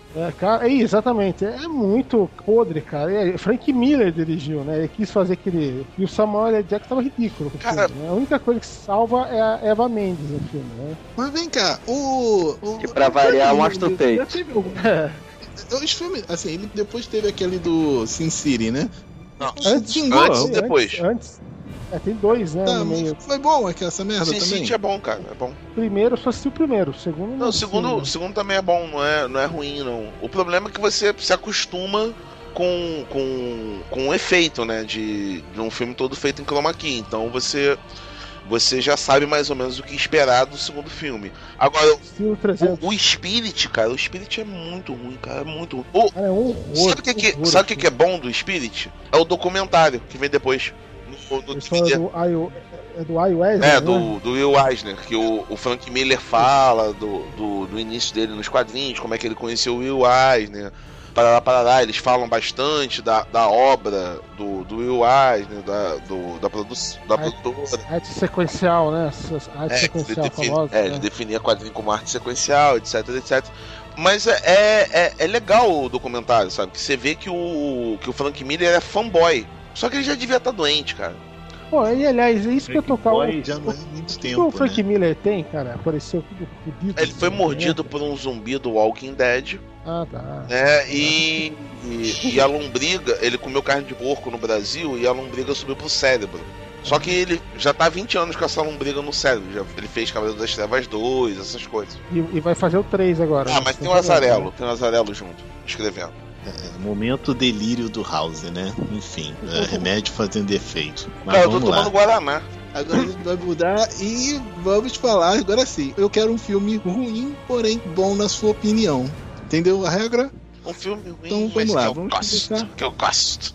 É, cara, é, exatamente, é muito podre, cara. É, Frank Miller dirigiu, né? Ele quis fazer aquele. E o Samuel L. Jackson tava ridículo com o Cara... filme, né? A única coisa que salva é a Eva Mendes no filme, né? Mas vem cá, o. o Que pra variar, mostra o Já Tate. teve algum- É. Os filmes, assim, ele depois teve aquele do Sin City, né? Não, Antes, Sim, antes não, e depois. Antes, antes. É, tem dois, né? Tá, no meio. mas foi bom aquela essa merda Sin também. City é bom, cara, é bom. Primeiro, eu só assisti o primeiro. O segundo Não, o sei, segundo, né? o segundo também é bom, não é, não é ruim, não. O problema é que você se acostuma com, com, com o efeito, né, de, de um filme todo feito em chroma key. Então você, você já sabe mais ou menos o que esperar do segundo filme. Agora, Estilo trezentos. o, o Spirit, cara, o Spirit é muito ruim, cara, é muito ruim. O, Cara, é um horror, sabe o que, que, horror, sabe o que, assim. que é bom do Spirit? É o documentário que vem depois. No, no A história D V D. do I, é do I. Wesley, É, né? do, do Will Eisner, que o, o Frank Miller fala do, do, do início dele nos quadrinhos, como é que ele conheceu o Will Eisner, parará, parará, eles falam bastante da, da obra do, do Will Eisner, da, do, da, produ da Arte- produtora. Arte sequencial, né? Essa Arte É, ele, sequencial define, famosa. é, né? ele definia quadrinho como arte sequencial, etc, etcétera. Mas é, é, é, é legal o documentário, sabe? Que você vê que o, que o Frank Miller é fanboy. Só que ele já devia estar doente, cara. Pô, e aliás, é isso que eu tocar o. Boy já não é muito O que o tempo, Frank né? Miller tem, cara? Apareceu tudo fodido. Ele foi assim, mordido né? por um zumbi do Walking Dead. Ah, tá. É, e, e, e a lombriga, ele comeu carne de porco no Brasil e a lombriga subiu pro cérebro. Só que ele já tá há vinte anos com essa lombriga no cérebro. Já, ele fez Cavaleiro das Trevas dois, essas coisas. E, e vai fazer o três agora. Ah, né? mas tem o Azarelo, tem o Azarelo junto, escrevendo. É, momento delírio do House, né? Enfim, é, remédio fazendo efeito. Mas Cara, eu tô vamos lá. tomando Guaraná. Agora a gente vai mudar e vamos falar agora sim. Eu quero um filme ruim, porém bom na sua opinião. Entendeu a regra? Um filme ruim, Então, vamos mas lá, que eu vamos gosto, começar. que eu gosto.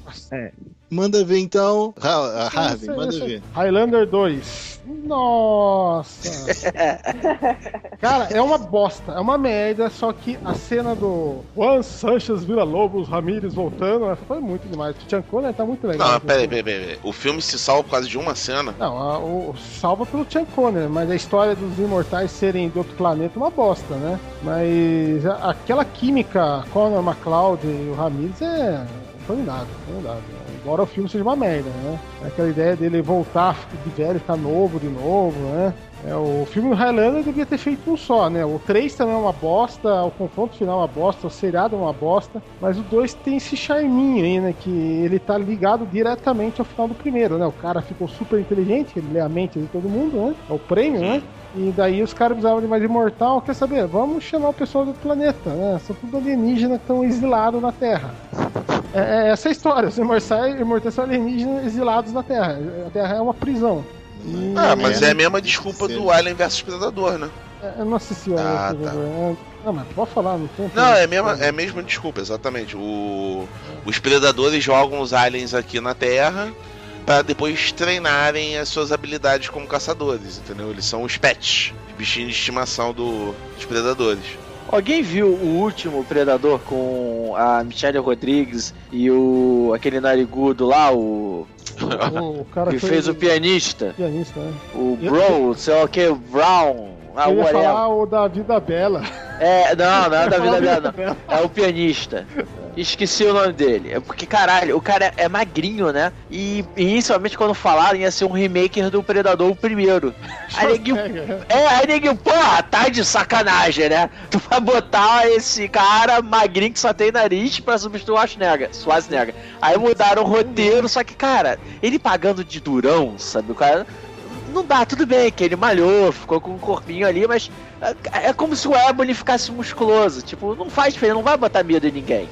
Manda ver então. Ha- a Harvey, Essa- manda essa- ver. Highlander dois. Nossa! Cara, é uma bosta, é uma merda, só que a cena do Juan Sanchez Villa-Lobos Ramírez voltando essa foi muito demais. O Sean Connery tá muito legal. Não, peraí, peraí, peraí. peraí. O filme se salva por causa de uma cena. Não, a- o, salva pelo Sean Connery, mas a história dos imortais serem de outro planeta é uma bosta, né? Mas a- aquela química, Connor MacLeod e o Ramírez é. Não foi nada, não foi nada. Embora o filme seja uma merda, né? Aquela ideia dele voltar de velho e ficar novo de novo, né? É, o filme do Highlander devia ter feito um só, né? O três também é uma bosta, o confronto final é uma bosta, o seriado é uma bosta, mas o dois tem esse charminho aí, né? Que ele tá ligado diretamente ao final do primeiro, né? O cara ficou super inteligente, ele lê a mente de todo mundo, né? É o prêmio, né? E daí os caras precisavam de mais imortal, quer saber? Vamos chamar o pessoal do planeta, né? São tudo alienígenas que estão exilados na Terra. É, é essa a história, os imortais, imortais são alienígenas exilados na Terra. A Terra é uma prisão. E- Ah, mas É. é a mesma desculpa do Alien versus Predador, né? É, eu não assisti Ah, a tá. é, Não, mas pode falar, não tem. Não, é a mesma, é a mesma desculpa, exatamente. O, os predadores jogam os aliens aqui na Terra para depois treinarem as suas habilidades como caçadores, entendeu? Eles são os pets, os bichinhos de estimação do, dos predadores. Alguém viu o último Predador com a Michelle Rodrigues e o aquele narigudo lá, o O, o cara que fez o pianista, pianista, né? o Eu- Bro, sei lá o que, Brown, ah, Eu ia whatever. falar o da Vida Bela. É, não, não é da Eu ia vida falar dela, o da não. Bela. É o pianista. Esqueci o nome dele. É porque, caralho, o cara é magrinho, né? E inicialmente quando falaram ia ser um remake do Predador o primeiro. Aí neguinho, é, aí neguinho, porra, tá de sacanagem, né? Tu vai botar esse cara magrinho que só tem nariz pra substituir o Schwarzenegger. Schwarzenegger. Aí mudaram o roteiro, só que, cara, ele pagando de durão, sabe? O cara. Não dá, tudo bem que ele malhou, ficou com um corpinho ali, mas é, é como se o Ebony ficasse musculoso. Tipo, não faz diferença, não vai botar medo em ninguém.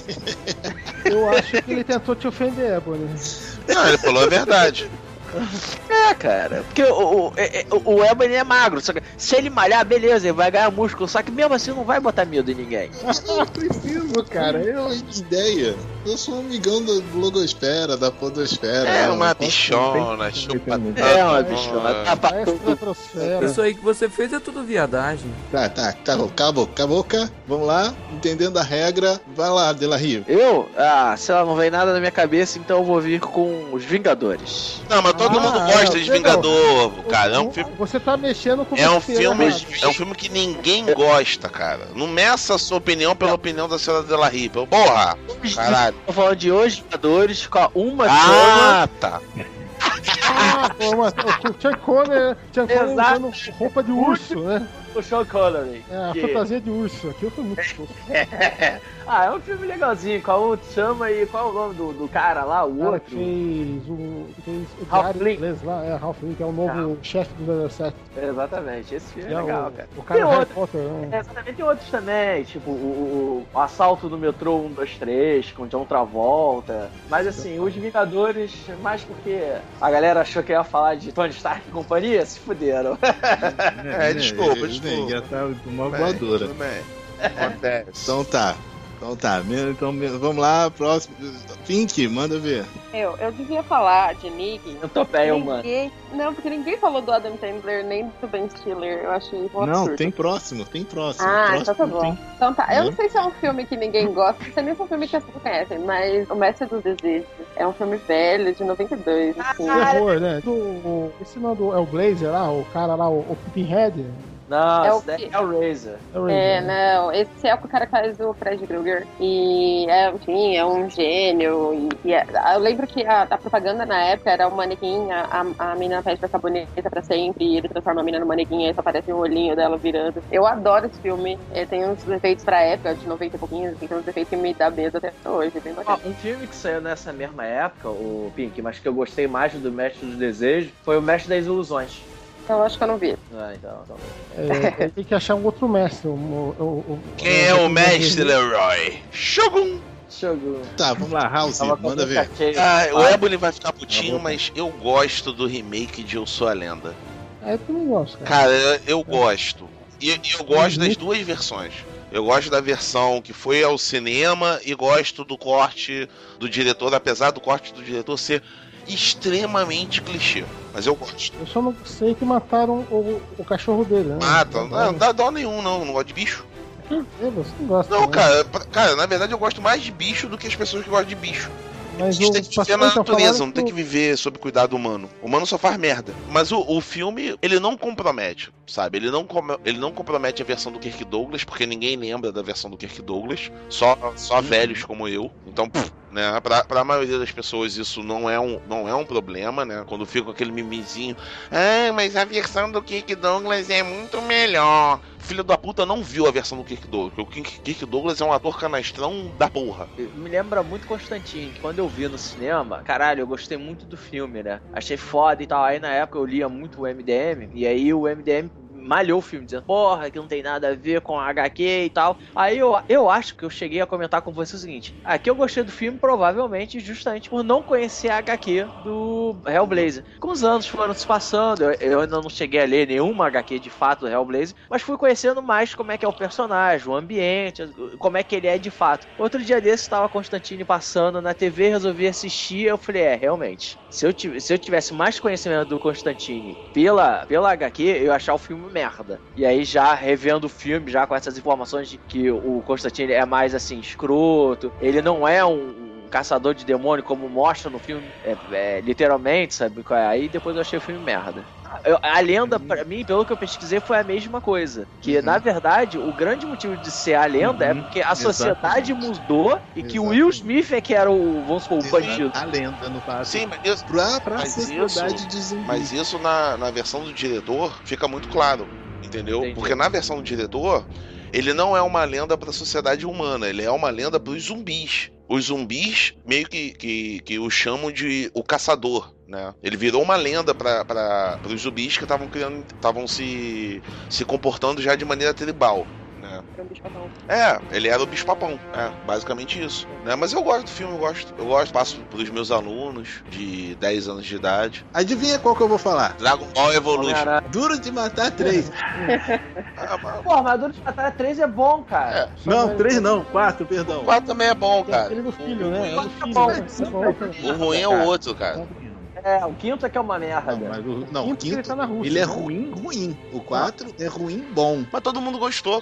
Eu acho que ele tentou te ofender, Ebony. Não, ele falou a verdade. É, cara, porque o, o, é- é- o Ebony é magro, só que se ele malhar, beleza, ele vai ganhar músculo, só que mesmo assim não vai botar medo em ninguém. Eu não preciso, cara. Eu, que ideia. Eu sou um amigão da blogosfera, da podosfera. É eu uma não posso- bichona, chupa. É uma bichona. Tá, tá, Extra Trosfera. Isso aí que você fez é tudo viadagem. Tá, tá, acabou, acabou, acabou, cara. Vamos lá, entendendo a regra. Vai lá, De La Rio. Eu? Ah, sei lá, não vem nada na minha cabeça, então eu vou vir com os Vingadores. Não, mas todo Ah, mundo gosta é, de não. Vingador, cara. É um filme. Você tá mexendo com o É um besteira filme, errado. é um filme que ninguém gosta, cara. Não meça a sua opinião pela opinião da senhora Della Ripa. Porra! Caralho. Tô falando de hoje, Vingadores, com a uma Ah, tá. Ah, pô, mas o Chuck Conner, Chuck Conner Exato. usando roupa de urso, né? o Sean Connery. É, a que- fantasia de urso. Aquilo foi muito tosco. ah, é um filme legalzinho. Qual o chama e qual é o nome do, do cara lá, o O cara outro? que fez o, fez o Ralph Diário Lee. Inglês lá, é, Ralph Lee, que é o novo chefe do zero sete. Exatamente, esse filme Que é é legal, o, cara. o cara Tem do Harry outro. Potter. né? É, exatamente, tem outros também, tipo o, o- o Assalto do Metrô um, dois, três, com John Travolta. Mas assim, os Vingadores, mais porque a galera achou que ia falar de Tony Stark e companhia, se fuderam. É, desculpa, né, desculpa. Já tá uma Bem, voadora. tudo bem. Acontece. Então tá. Então tá. Então vamos lá, próximo. Pink, manda ver. Eu, eu devia falar de Nick. Eu tô pé, mano. Ninguém, não, porque ninguém falou do Adam Sandler nem do Ben Stiller. Eu achei um Não, absurdo. tem próximo, tem próximo. Ah, próximo então tá bom. tem- Então tá. Eu Né? não sei se é um filme que ninguém gosta, se nem é um filme que as pessoas conhecem, mas O Mestre dos Desejos é um filme velho, de noventa e dois, assim. Terror, né? Do, esse não é do é o Blazer lá, o cara lá, o, o Pinhead. Não, É o esse daí que- é o Razor. É, o É, Razer, né? não, esse é o que o cara faz o Fred Krueger. E, é, enfim, é um gênio. E, e é- eu lembro que a, a propaganda na época era um manequim, a, a, a menina pede pra ficar bonita pra sempre, e ele transforma a menina no manequim, e aí só aparece o olhinho dela virando. Eu adoro esse filme. É, tem uns efeitos pra época, de noventa e pouquinhos, tem uns efeitos que me dá medo até hoje, bem Ó, bacana. um filme que saiu nessa mesma época, o Pink, mas que eu gostei mais do Mestre dos Desejos, foi o Mestre das Ilusões. Então eu acho que eu não vi. Ah, então, então. É, tem que achar um outro mestre. Um, um, um, Quem é o mestre, Leroy? Shogun! Shogun. Tá, vamos lá, House, Tava com manda a ver. boca cheia. Ah, o Ah, Ebony vai ficar putinho, mas eu gosto do remake de Eu Sou a Lenda. Ah, eu também gosto, cara. Cara, eu, eu gosto. E e eu gosto das duas versões. Eu gosto da versão que foi ao cinema e gosto do corte do diretor, apesar do corte do diretor ser extremamente clichê. Mas eu gosto. Eu só não sei que mataram o, o cachorro dele, né? Mata, não, não dá dó nenhum, não. Não gosto de bicho. É, você não gosta. Não, né? cara, pra- cara, na verdade eu gosto mais de bicho do que as pessoas que gostam de bicho. Mas A gente tem os que viver pacientes na estão natureza, falando não tem que viver sob cuidado humano. O humano só faz merda. Mas o, o filme, ele não compromete, sabe? Ele não, com- ele não compromete a versão do Kirk Douglas, porque ninguém lembra da versão do Kirk Douglas. Só, só velhos como eu. Então, pff, né? Pra, pra maioria das pessoas isso não é um, não é um problema, né? Quando fica com aquele mimizinho. Ah, mas a versão do Kirk Douglas é muito melhor. Filho da puta não viu a versão do Kirk Douglas. Porque o Kirk Kirk Douglas é um ator canastrão da porra. Me lembra muito Constantine, que quando eu vi no cinema, caralho, eu gostei muito do filme, né? Achei foda e tal. Aí na época eu lia muito o M D M, e aí o M D M malhou o filme, dizendo, porra, que não tem nada a ver com H Q e tal. Aí eu, eu acho que eu cheguei a comentar com você o seguinte: aqui eu gostei do filme, provavelmente, justamente por não conhecer a H Q do Hellblazer. Com os anos foram se passando, eu, eu ainda não cheguei a ler nenhuma H Q de fato do Hellblazer, mas fui conhecendo mais como é que é o personagem, o ambiente, como é que ele é de fato. Outro dia desse, estava Constantine passando na T V, resolvi assistir, eu falei, é, realmente, se eu, tiv- se eu tivesse mais conhecimento do Constantine pela, pela H Q, eu ia achar o filme merda. E aí já revendo o filme, já com essas informações de que o Constantine é mais assim, escroto, ele não é um, um caçador de demônio como mostra no filme, é, é, literalmente, sabe qual é? Aí depois eu achei o filme merda. Eu- a lenda, pra mim, pelo que eu pesquisei, foi a mesma coisa. Que, Uhum. na verdade, o grande motivo de ser a lenda é Uhum. porque a sociedade Exatamente. mudou e que o Exatamente. Will Smith é que era o, vamos supor, o bandido. A lenda, no caso. Sim, mas isso, Pra, pra Mas sociedade isso- de zumbi. Mas isso na, na versão do diretor fica muito claro, entendeu? Entendi. Porque na versão do diretor, ele não é uma lenda pra sociedade humana, ele é uma lenda pros zumbis. Os zumbis meio que, que, que o chamam de o caçador, né? Ele virou uma lenda para os zumbis que estavam criando, estavam se, se comportando já de maneira tribal. Né? Era um bicho-papão. É, ele era o bicho-papão, é, basicamente isso. Né? Mas eu gosto do filme, eu gosto. Eu gosto, passo pros meus alunos de dez anos de idade. Adivinha qual que eu vou falar? Dragon Ball Evolution. Caralho. Duro de Matar três. Ah, mas Pô, Armadura de Batalha três é bom, cara. Não, três não, quatro, perdão. o quatro também é bom, Tem cara. aquele do filho, né? É do filho. bom. né? É bom, cara. O ruim é o outro, cara. É, o quinto é que é uma merda. Não, mas o, não, o Quinto ele quinto, tá na Rússia, ele é né? ruim, ruim. O quatro é ruim, bom. Mas todo mundo gostou, cara.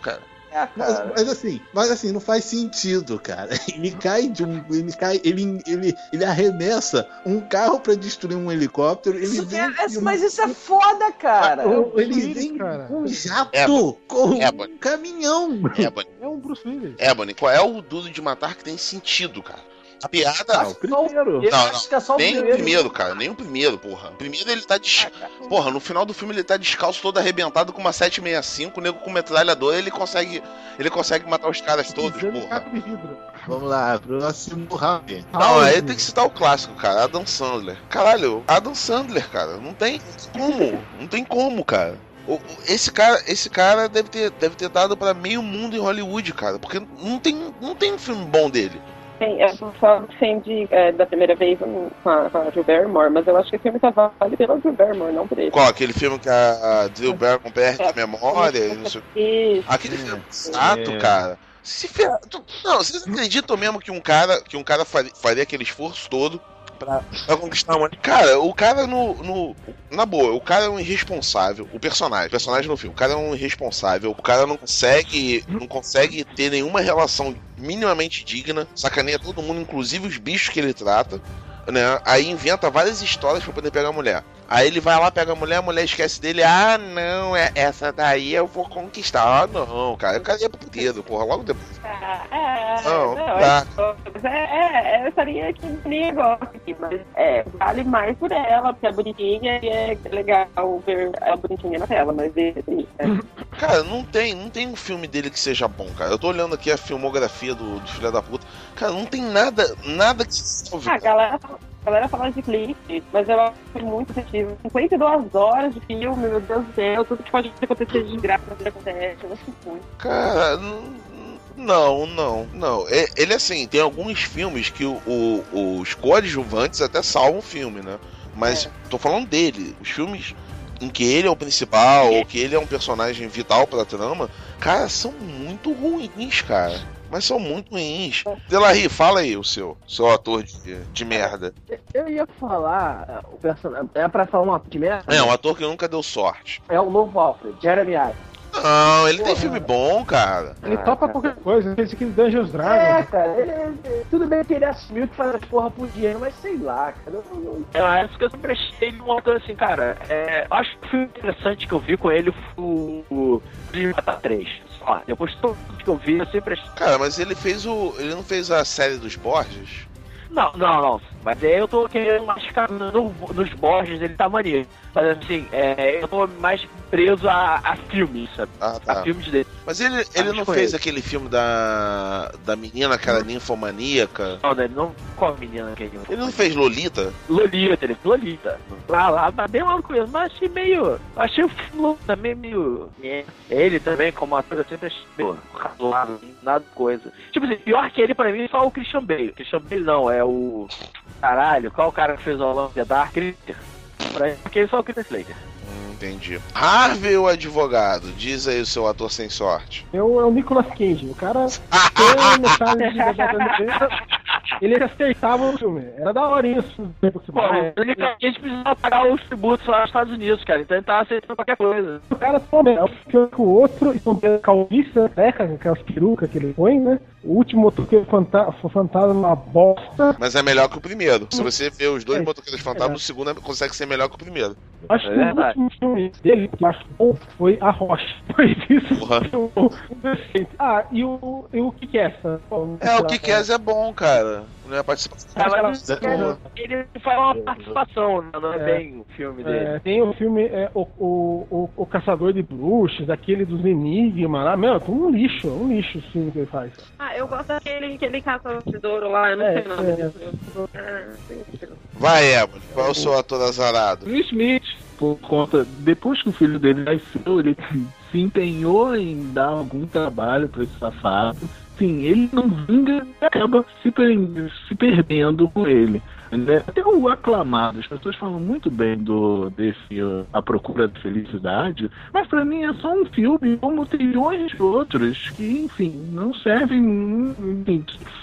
É, Mas, mas assim, mas assim, não faz sentido, cara. Ele cai de um. Ele cai. Ele, ele, ele arremessa um carro pra destruir um helicóptero. Ele Isso vem. é- é- mas isso é foda, cara. um- ele Willis, vem cara. um jato Ebony. com Ebony. um caminhão. Ebony. É um Bruce Willis. Ebony, qual é o Duro de Matar que tem sentido, cara? A piada. Ah, o primeiro. Eu Não, acho que é só o Nem o primeiro. primeiro, cara. Nem o primeiro, porra. O primeiro ele tá des... Porra, no final do filme ele tá descalço, todo arrebentado com uma sete sessenta e cinco, o nego com metralhadora, ele consegue. Ele consegue matar os caras todos, Pisando em porra. caco de vidro. Vamos lá, próximo round. Não, aí tem que citar o clássico, cara. Adam Sandler. Caralho, Adam Sandler, cara. Não tem como. Não tem como, cara. O- o- Esse cara, esse cara deve ter, deve ter dado pra meio mundo em Hollywood, cara. Porque não tem, não tem um filme bom dele. Tem, eu só defendi é, da primeira vez com a, com a Drew Barrymore, mas eu acho que o filme tá válido pela Drew Barrymore, não por ele. Qual? Aquele filme que a Drew Barrymore perde a memória? e não sei o quê. Isso. Aquele filme é chato, É. cara. Se fer... tu- Não, vocês acreditam mesmo que um cara, que um cara faria, faria aquele esforço todo pra, pra conquistar uma. Cara, o cara no, no. Na boa, o cara é um irresponsável. O personagem, o personagem no filme, o cara é um irresponsável. O cara não consegue. Não consegue ter nenhuma relação minimamente digna. Sacaneia todo mundo, inclusive os bichos que ele trata. Né? Aí inventa várias histórias pra poder pegar a mulher. Aí ele vai lá, pega a mulher, a mulher esquece dele. Ah, não, é essa daí eu vou conquistar. Ah, não, cara. O cara ia pro puteiro, porra, logo depois. Ah, é, Não, não, tá. é, é, é essa linha que nem gosto aqui, mas é, vale mais por ela, porque é bonitinha e é legal ver ela bonitinha na tela, mas esse, é. Cara, não tem, não tem um filme dele que seja bom, cara. Eu tô olhando aqui a filmografia do, do Filho da Puta. Cara, não tem nada, nada que se salve. Ah, a galera, a galera fala de clipe, mas eu acho muito efetivo. cinquenta e duas horas de filme, meu Deus do céu, tudo que pode acontecer de graça acontece, eu acho muito. Cara, não. Não, não, não. É- Ele, assim, tem alguns filmes que o, o- os coadjuvantes até salvam o filme, né? Mas tô falando dele. Os filmes em que ele é o principal, ou que ele é um personagem vital pra trama, cara, são muito ruins, cara. Mas são muito ruins. Delahy, fala aí o seu, seu ator de, de merda. Eu ia falar, o personagem. É pra falar uma de merda? É, um ator que nunca deu sorte. É o novo Alfred, Jeremy Irons. Não, ele tem filme bom, cara. Ele topa qualquer coisa, fez aquele Dungeons É, Dragons. cara, ele, ele- tudo bem que ele assumiu que faz as porra por dinheiro, mas sei lá, cara. Eu, não- Eu acho que eu sempre achei ele um autor assim, cara. É, acho que o filme interessante que eu vi com ele foi o de Matar três. Só. Depois de tudo que eu vi, eu sempre achei. Cara, mas ele fez o. Ele não fez a série dos Borges? Não, não, não. Mas aí eu tô querendo mais ficar no- nos Borges, ele tá maneiro. Mas assim, é, eu tô mais preso a, a filmes, sabe? Ah, tá. A filmes dele. Mas ele, ele Acho não que fez foi aquele filme da. Da menina que era ninfomaníaca? Não, ele não. Qual menina que ele Ele não fez Lolita? Lolita, ele fez Lolita. Lá, lá, tá bem uma coisa, mas achei meio. Achei o filme também meio. É. Ele também, como ator, eu sempre achei meio razoável, assim, nada de coisa. Tipo assim, pior que ele pra mim é só o Christian Bale. Christian Bale não, é o. Caralho, qual o cara que fez o Alone in the Dark? Critter. Pra mim, porque ele é só o Christian Slater. Hum, entendi. Harvey, o advogado, diz aí o seu ator sem sorte. Eu, é o Nicolas Cage. O cara tem metade de da ele acertava o filme. Era da hora isso. Pô, ele a gente precisava pagar os tributos lá nos Estados Unidos, cara. Então ele tava aceitando qualquer coisa. O cara toma é um filme com o outro e com a calvície, né? Com aquelas perucas que ele põe, né? O último motoqueiro fanta fantasma uma bosta. Mas é melhor que o primeiro. Se você ver os dois motoqueiros fantasmas, o segundo é- consegue ser melhor que o primeiro. Acho É que o verdade. último filme dele que eu acho bom foi A Rocha. Pois isso Porra. foi um, um decente. Ah, e o, e o que que é essa? Bom, É, o que quer é bom, cara. Não é participação. Ah, mas Porra. ele faz uma participação, né? Não é, É. bem o filme dele. É, tem o filme é, o, o, o, o Caçador de Bruxas, aquele dos Enigmas lá. Meu, é um lixo, é um lixo o filme que ele faz. Ah, eu gosto daquele, aquele caça o tesouro lá, eu não É, sei o nome é. disso. Ah, sim. Vai, Ebony. Qual é o seu ator azarado? Will Smith, por conta, depois que o filho dele nasceu, ele se empenhou em dar algum trabalho para esse safado. Sim, ele não vinga e acaba se, per- se perdendo com ele. Né? Até o aclamado, as pessoas falam muito bem do desse uh, A Procura da Felicidade, mas pra mim é só um filme como trilhões de outros que, enfim, não servem, enfim,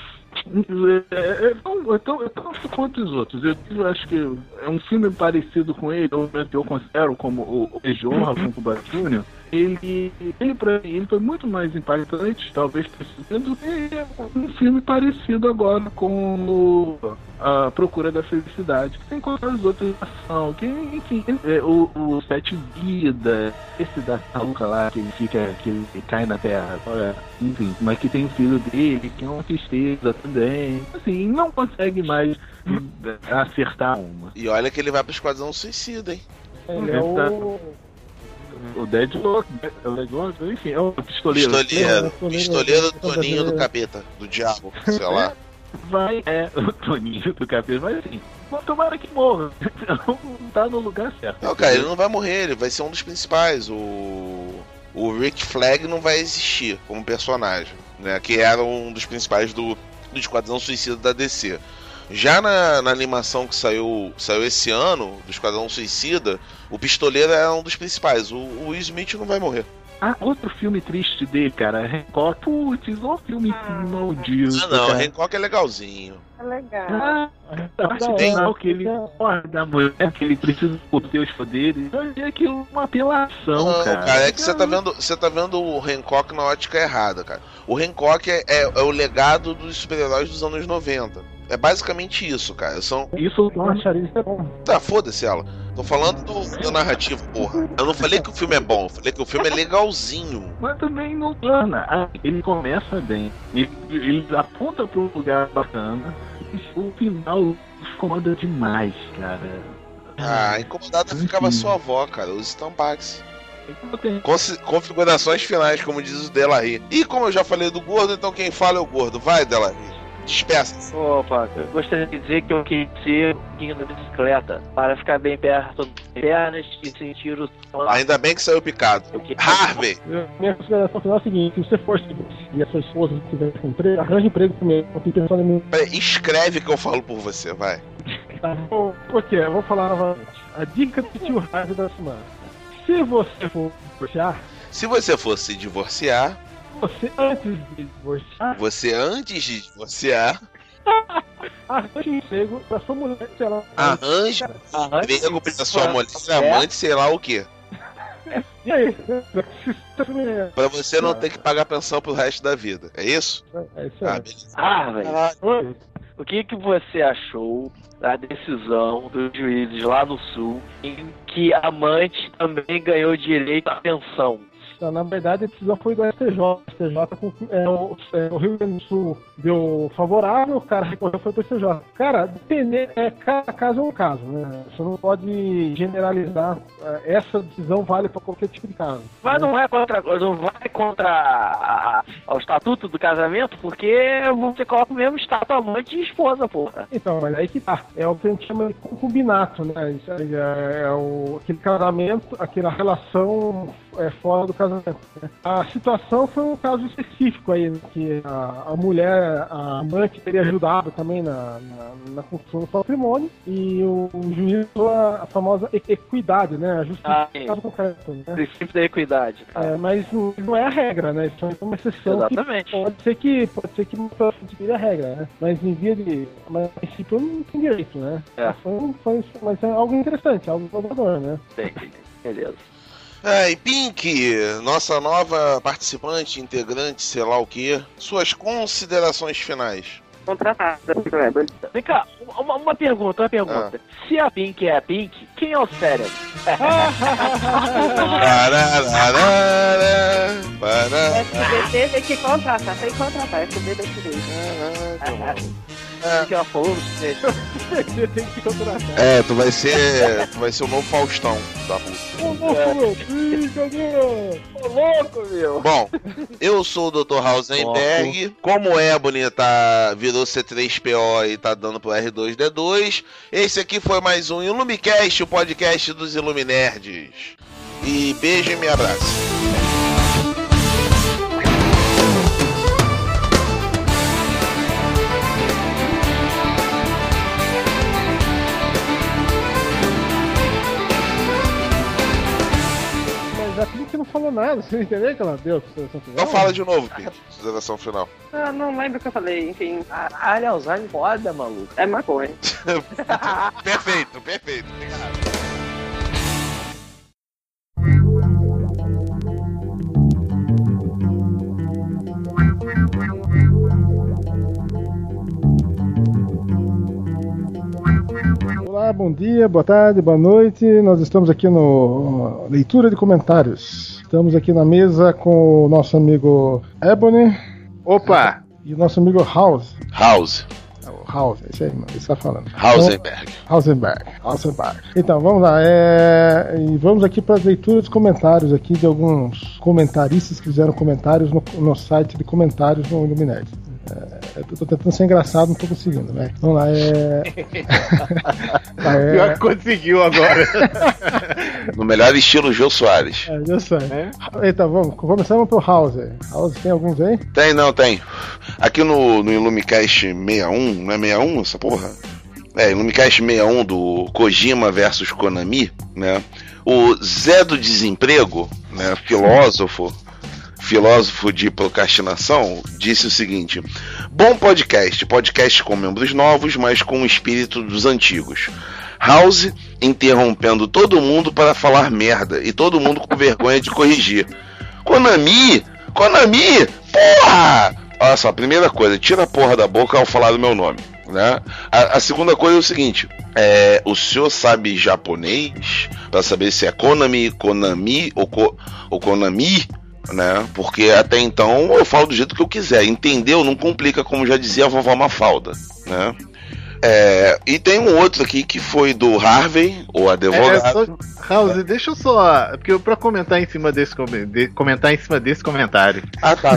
É, é, é, tão, é, tão, é tão quanto os outros. Eu, eu acho que é um filme parecido com ele, ou eu considero como o Jorra com o Cuba Júnior. Ele, ele, pra mim, ele foi muito mais impactante, talvez do que um filme parecido agora com o, A Procura da Felicidade, que tem quantas outras ação, que, enfim, é, o, o Sete Vidas, esse da Saluca lá, que ele fica, que ele cai na terra, é, enfim, mas que tem o filho dele, que é uma tristeza também, assim, não consegue mais acertar uma. E olha que ele vai pro Esquadrão Suicida, hein? Ele é o... O Deadlock, o Deadlock, enfim, é o pistoleiro. Pistoleiro, pistoleiro do Toninho do Capeta, do Diabo, sei lá. Vai, é, o Toninho do Capeta, mas assim, tomara que morra. Não tá no lugar certo. Não, cara, ele não vai morrer, ele vai ser um dos principais. O, o Rick Flag não vai existir como personagem, né? Que era um dos principais do, do Esquadrão Suicida da D C. Já na, na animação que saiu, saiu esse ano, do Esquadrão Suicida, o pistoleiro é um dos principais. O, o Will Smith não vai morrer. Ah, outro filme triste dele, cara, Hancock. Putz, ó filme ah, maldito. Ah, não, cara. Hancock é legalzinho. É legal. Ah, a parte legal que ele corre da mulher, que ele precisa obter os poderes. É aquilo uma apelação, não, cara. cara. É que você tá vendo, você tá vendo o Hancock na ótica errada, cara. O Hancock é, é, é o legado dos super-heróis dos anos noventa. É basicamente isso, cara. São... Isso eu acharia isso é bom. Tá, foda-se ela. Tô falando do, do narrativo, porra. Eu não falei que o filme é bom, eu falei que o filme é legalzinho. Mas também não plana. Ah, ele começa bem. Ele, ele aponta pra um lugar bacana. E o final incomoda demais, cara. Ah, incomodada ficava sua avó, cara. Os Stampax. Consi- configurações finais, como diz o Delarry. E como eu já falei do gordo, então quem fala é o gordo. Vai, Delarry. Despeça-se. Opa, eu gostaria de dizer que eu quis ser um da bicicleta para ficar bem perto das pernas e sentir o... Ainda bem que saiu picado. Harvey! Minha consideração final é a seguinte: se você for e a sua esposa tiver com emprego, arranje emprego primeiro. Não fique pensando em mim. Peraí, escreve que eu falo por você, vai. Tá bom, por quê? Eu vou falar novamente. A dica do tio Harvey da semana. Se você for divorciar... Se você for se divorciar... Você antes de divorciar... Você antes de divorciar... Arranje um emprego pra sua mulher, sei lá... Arranje um emprego pra sua mulher, amante, sei lá o quê. E aí? Pra você não ter que pagar pensão pro resto da vida, é isso? É isso aí. Ah, beleza. Ah, velho. O que que você achou da decisão dos juízes lá no Sul em que a amante também ganhou direito à pensão? Então, na verdade, a decisão foi do S T J. O S T J com, é, o, é, o Rio Grande do Sul deu favorável, o cara recorreu, foi pro S T J. Cara, depender, é, cada caso é um caso, né? Você não pode generalizar. É, essa decisão vale para qualquer tipo de caso. Mas né? não é contra, não vai contra a, a, o estatuto do casamento, porque você coloca o mesmo status amante e esposa, porra. Então, mas aí que tá. É o que a gente chama de concubinato, né? Isso aí é, é o, aquele casamento, aquela relação é, fora do casamento. Né? A situação foi um caso específico aí, né? Que a, a mulher, a amante teria ajudado também na, na, na construção do patrimônio e o, o juiz a, a famosa equidade, né? A justiça ah, caso concreto, né? O princípio da equidade. É, mas não, não é a regra, né? Isso é uma exceção. Exatamente. Que pode ser que pode ser que não vire a regra, né? Mas em via de, mas a princípio não tem direito, né? É. Foi, foi, mas é algo interessante, algo inovador, né? Bem, beleza. É, e Pink, nossa nova participante, integrante, sei lá o que, suas considerações finais. Contratada. Vem cá, uma, uma pergunta, uma pergunta. Ah. Se a Pink é a Pink, quem é o cérebro? S B T tem que contratar, tem que contratar, S B T tem O que ela falou? Tem que contratar. É, tu vai ser. Tu vai ser o novo Faustão da puta. Ô louco, meu! Ô louco, meu! Bom, eu sou o doutor Hausenberg. Como o Ebony tá, virou C três P O e tá dando pro R dois D dois, esse aqui foi mais um Ilumicast, o podcast dos Iluminerds. E beijo e me abraço. A Pink não falou nada, você não entendeu que ela deu? Então fala de novo, Pete, consideração final. Ah, não lembro o que eu falei, enfim. Caralho, Alzheimer foda, maluco. É maconha. Perfeito, perfeito. Olá, bom dia, boa tarde, boa noite. Nós estamos aqui no Leitura de Comentários. Estamos aqui na mesa com o nosso amigo Ebony. Opa! E o nosso amigo House. House. House, é isso aí, mano. Você tá falando. Hausenberg. Hausenberg. Hausenberg. Então, vamos lá. É... E vamos aqui para as leituras de comentários aqui de alguns comentaristas que fizeram comentários no, no site de comentários no Illuminati. É, eu tô tentando ser engraçado, não tô conseguindo, né? Vamos lá, é. é... Pior que conseguiu agora. No melhor estilo Jô Soares. É, Jô Soares. É? Então, vamos, começamos pro House. House, tem alguns aí? Tem, não, tem. Aqui no, no Illumicast sessenta e um, não é sessenta e um essa porra? É, Illumicast sessenta e um do Kojima versus Konami, né? O Zé do Desemprego, né? Filósofo. Filósofo de procrastinação, disse o seguinte: bom podcast, podcast com membros novos, mas com o espírito dos antigos. House interrompendo todo mundo para falar merda e todo mundo com vergonha de corrigir. Konami, Konami, porra! Olha só, primeira coisa, tira a porra da boca ao falar do meu nome, né? A, a segunda coisa é o seguinte: é, o senhor sabe japonês para saber se é Konami, Konami ou, Ko, ou Konami? Né? Porque até então eu falo do jeito que eu quiser. Entendeu? Não complica, como já dizia a vovó Mafalda, né? É, e tem um outro aqui que foi do Harvey, o advogado. É, só, House, deixa eu só. Porque eu pra comentar em cima desse, de, comentar em cima desse comentário. Ah, tá.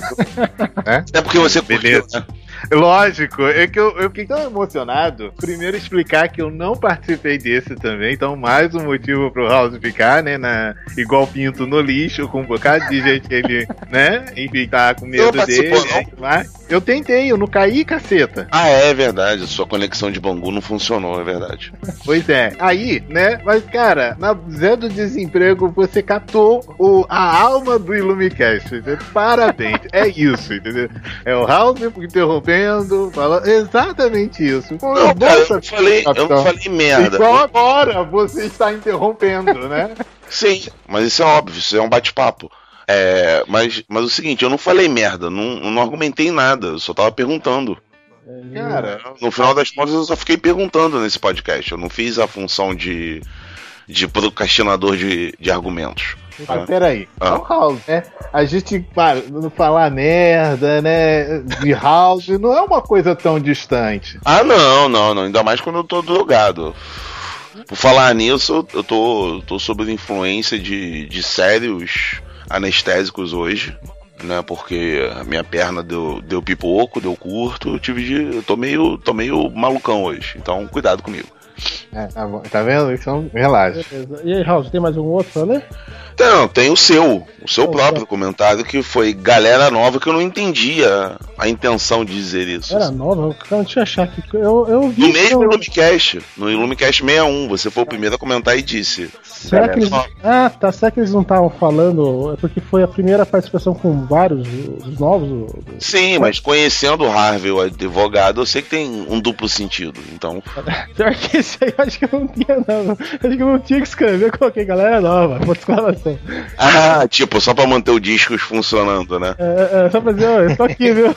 É, é porque você curtiu, beleza. Né? Lógico, é que eu, eu fiquei tão emocionado. Primeiro explicar que eu não participei desse também, então mais um motivo pro House ficar, né, na, igual pinto no lixo, com um bocado de gente que ele, né, enfim, tá com medo dele. Mas eu tentei, eu não caí, caceta. Ah, é verdade, a sua conexão de Bangu não funcionou, é verdade. Pois é, aí, né, mas cara, na Zé do Desemprego você captou o, a alma do Illumicast, entendeu? Parabéns, é isso, entendeu? É o House interrompendo, fala exatamente isso. Pô, não, cara, eu, não falei, eu não falei merda. Igual agora você está interrompendo, né? Sim, mas isso é óbvio, isso é um bate-papo. É, mas, mas o seguinte, eu não falei merda, não, não argumentei nada, eu só tava perguntando. Cara, no final das contas eu só fiquei perguntando nesse podcast, eu não fiz a função de, de procrastinador de, de argumentos. Mas peraí, ah. é o House, né? A gente, para não falar merda, né? De House, não é uma coisa tão distante. Ah, não, não, não. Ainda mais quando eu tô drogado. Por falar nisso, eu tô, tô sob influência de, de sérios anestésicos hoje, né? Porque a minha perna deu, deu pipoco, deu curto, eu tive de. Eu tô meio, tô meio malucão hoje. Então, cuidado comigo. É, tá bom, tá vendo? Então, relaxa. Beleza. E aí, House, tem mais algum outro pra ler? Não, tem o seu, o seu oh, próprio é. comentário, que foi galera nova, que eu não entendia a intenção de dizer isso. Era nova? Cara, deixa eu achar aqui. Eu, eu vi no mesmo eu... Illumicast, no Illumicast sessenta e um, você foi o primeiro a comentar e disse. Será que eles... Ah, tá, será que eles não estavam falando? É porque foi a primeira participação com vários os novos? Sim, mas conhecendo o Harvey, o advogado, eu sei que tem um duplo sentido, então... Pior que esse aí, eu acho que eu não tinha, não. Acho que eu não tinha que escrever, eu coloquei galera nova, ponto de exclamação. Ah, tipo, só pra manter o disco funcionando, né? É, é só pra dizer, ó, eu tô aqui, viu?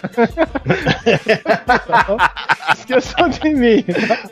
Esqueçam de mim.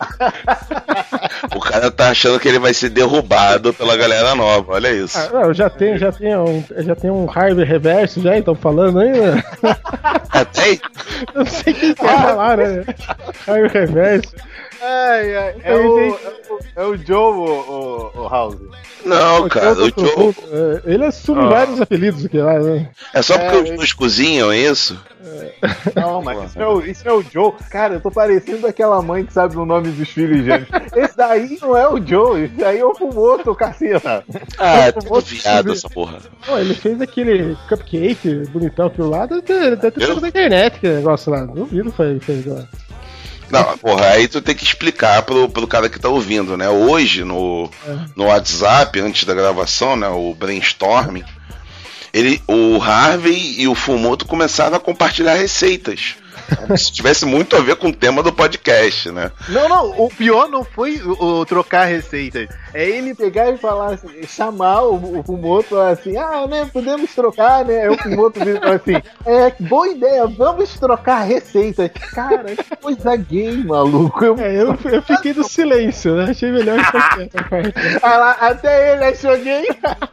O cara tá achando que ele vai ser derrubado pela galera nova, olha isso. Ah, não, já tem, já tem um, já tem um Harvey reverso, já, então falando aí, né? Ah, tem? Eu não sei quem quer ah, falar, né? Harvey reverso. Ai, ai, é, o, é, o, é o Joe, o, o, o House. Não, o cara, o Joe. Ele assume ah. vários apelidos aqui lá, né? É só porque é, os dois cozinham, é isso? Não, mas isso é, o, isso é o Joe. Cara, eu tô parecendo aquela mãe que sabe o nome dos filhos gêmeos. Esse daí não é o Joe, esse daí é o Fumoto, caceta. Ah, é tudo viado essa porra. Pô, ele fez aquele cupcake bonitão aquilo lá, deve ter, deve ter sido na internet, aquele negócio lá. Duvido foi fez lá. Não, porra, aí tu tem que explicar pro, pro cara que tá ouvindo, né? Hoje, no, no WhatsApp, antes da gravação, né? O brainstorming, ele, o Harvey e o Fumoto começaram a compartilhar receitas. Como se tivesse muito a ver com o tema do podcast, né? Não, não, o pior não foi o, o trocar receitas. É ele pegar e falar assim, chamar o, o Fumoto e falar assim, ah, né, podemos trocar, né? Aí o Fumoto vira e fala assim, é, boa ideia, vamos trocar receitas. Cara, que coisa gay, maluco. Eu... É, eu, eu fiquei no silêncio, né? Achei melhor essa parte. Ah lá, até ele achou gay.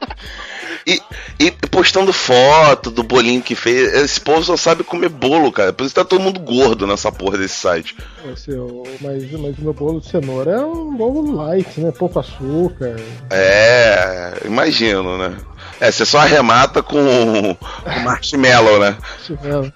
E, e postando foto do bolinho que fez. Esse povo só sabe comer bolo, cara. Por isso tá todo mundo gordo nessa porra desse site. Esse, mas, mas o meu bolo de cenoura é um bolo light, né? Pouco açúcar. É, imagino, né? É, você só arremata com, com marshmallow, né? Marshmallow.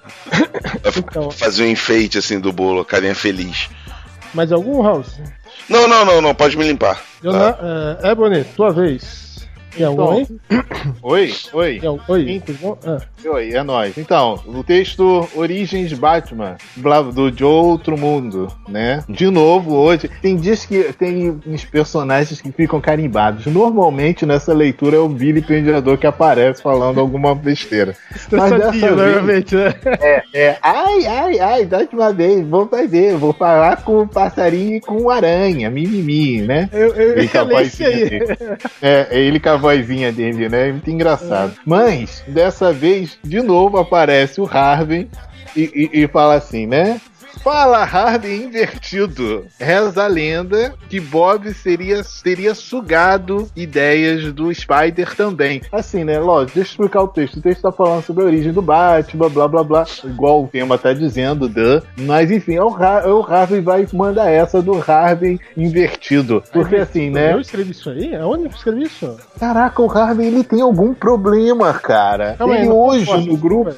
Então, fazer um enfeite assim do bolo, carinha feliz. Mais algum, House? Não, não, não, não, pode me limpar. Tá? É, é bonito, tua vez. Tem algum aí? Oi, oi. Tem, oi, ah. Oi, é nóis. Então, o texto Origens Batman, do de Outro Mundo, né? De novo, hoje, tem dias que tem uns personagens que ficam carimbados. Normalmente, nessa leitura, é o Billy Pendiador que aparece falando alguma besteira. Mas dessa vez, normalmente, né? É, é, ai, ai, ai, da última vez, vou fazer, vou falar com o passarinho e com o aranha, mimimi, né? Eu, eu, ele eu nem sei. É, é ele com a vozinha dele, né? Muito engraçado. É. Mas, dessa vez, de novo aparece o Harvey e, e, e fala assim, né? Fala, Harvey invertido. Reza a lenda que Bob seria, teria sugado ideias do Spider também. Assim, né? Lógico, deixa eu explicar o texto. O texto tá falando sobre a origem do Batman, blá blá blá. Igual o tema tá dizendo, duh. Mas enfim, é o, Har- é o Harvey vai mandar essa do Harvey invertido. Porque assim, né? Eu escrevi isso aí? Aonde eu escrevi isso? Caraca, o Harvey ele tem algum problema, cara. Não, ele hoje no grupo.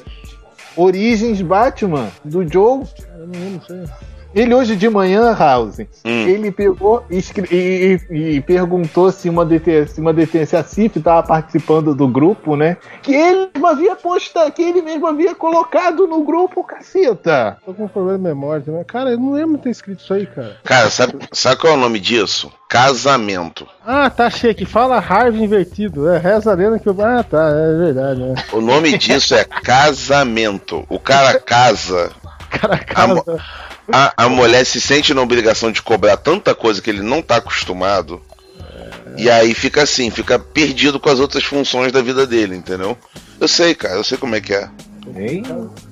Origens Batman, do Joe. Eu não lembro, sei. Ele hoje de manhã, House, hum. ele pegou e, e, e, e perguntou se uma D T, se uma D T, se a Cif estava participando do grupo, né? Que ele mesmo havia postado, que ele mesmo havia colocado no grupo, caceta. Tô com um problema de memória também. Cara, eu não lembro de ter escrito isso aí, cara. Cara, sabe, sabe qual é o nome disso? Casamento. Ah, tá, achei que fala Harvey invertido. É, reza a lenda que eu... Ah, tá, é verdade, né? O nome disso é casamento. O cara casa... cara casa... A, a, a mulher se sente na obrigação de cobrar tanta coisa que ele não tá acostumado. É... E aí fica assim, fica perdido com as outras funções da vida dele, entendeu? Eu sei, cara, eu sei como é que é. Ei.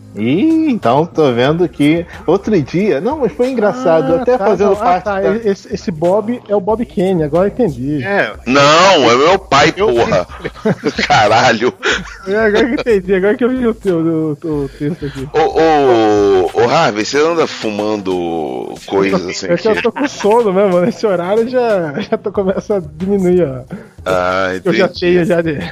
Ih, então tô vendo que outro dia. Não, mas foi engraçado, ah, até tá, fazendo não, parte. Ah, tá. da... esse, esse Bob é o Bob Kane, agora eu entendi. É. Não, é meu pai, porra. Caralho. É, agora que eu entendi, agora que eu vi o teu o, o texto aqui. Ô, ô, ô, Harvey, você anda fumando coisas assim? É que eu tô com sono mesmo, nesse horário já, já tô, começa a diminuir, ó. Ah, entendi. Eu já tenho já de.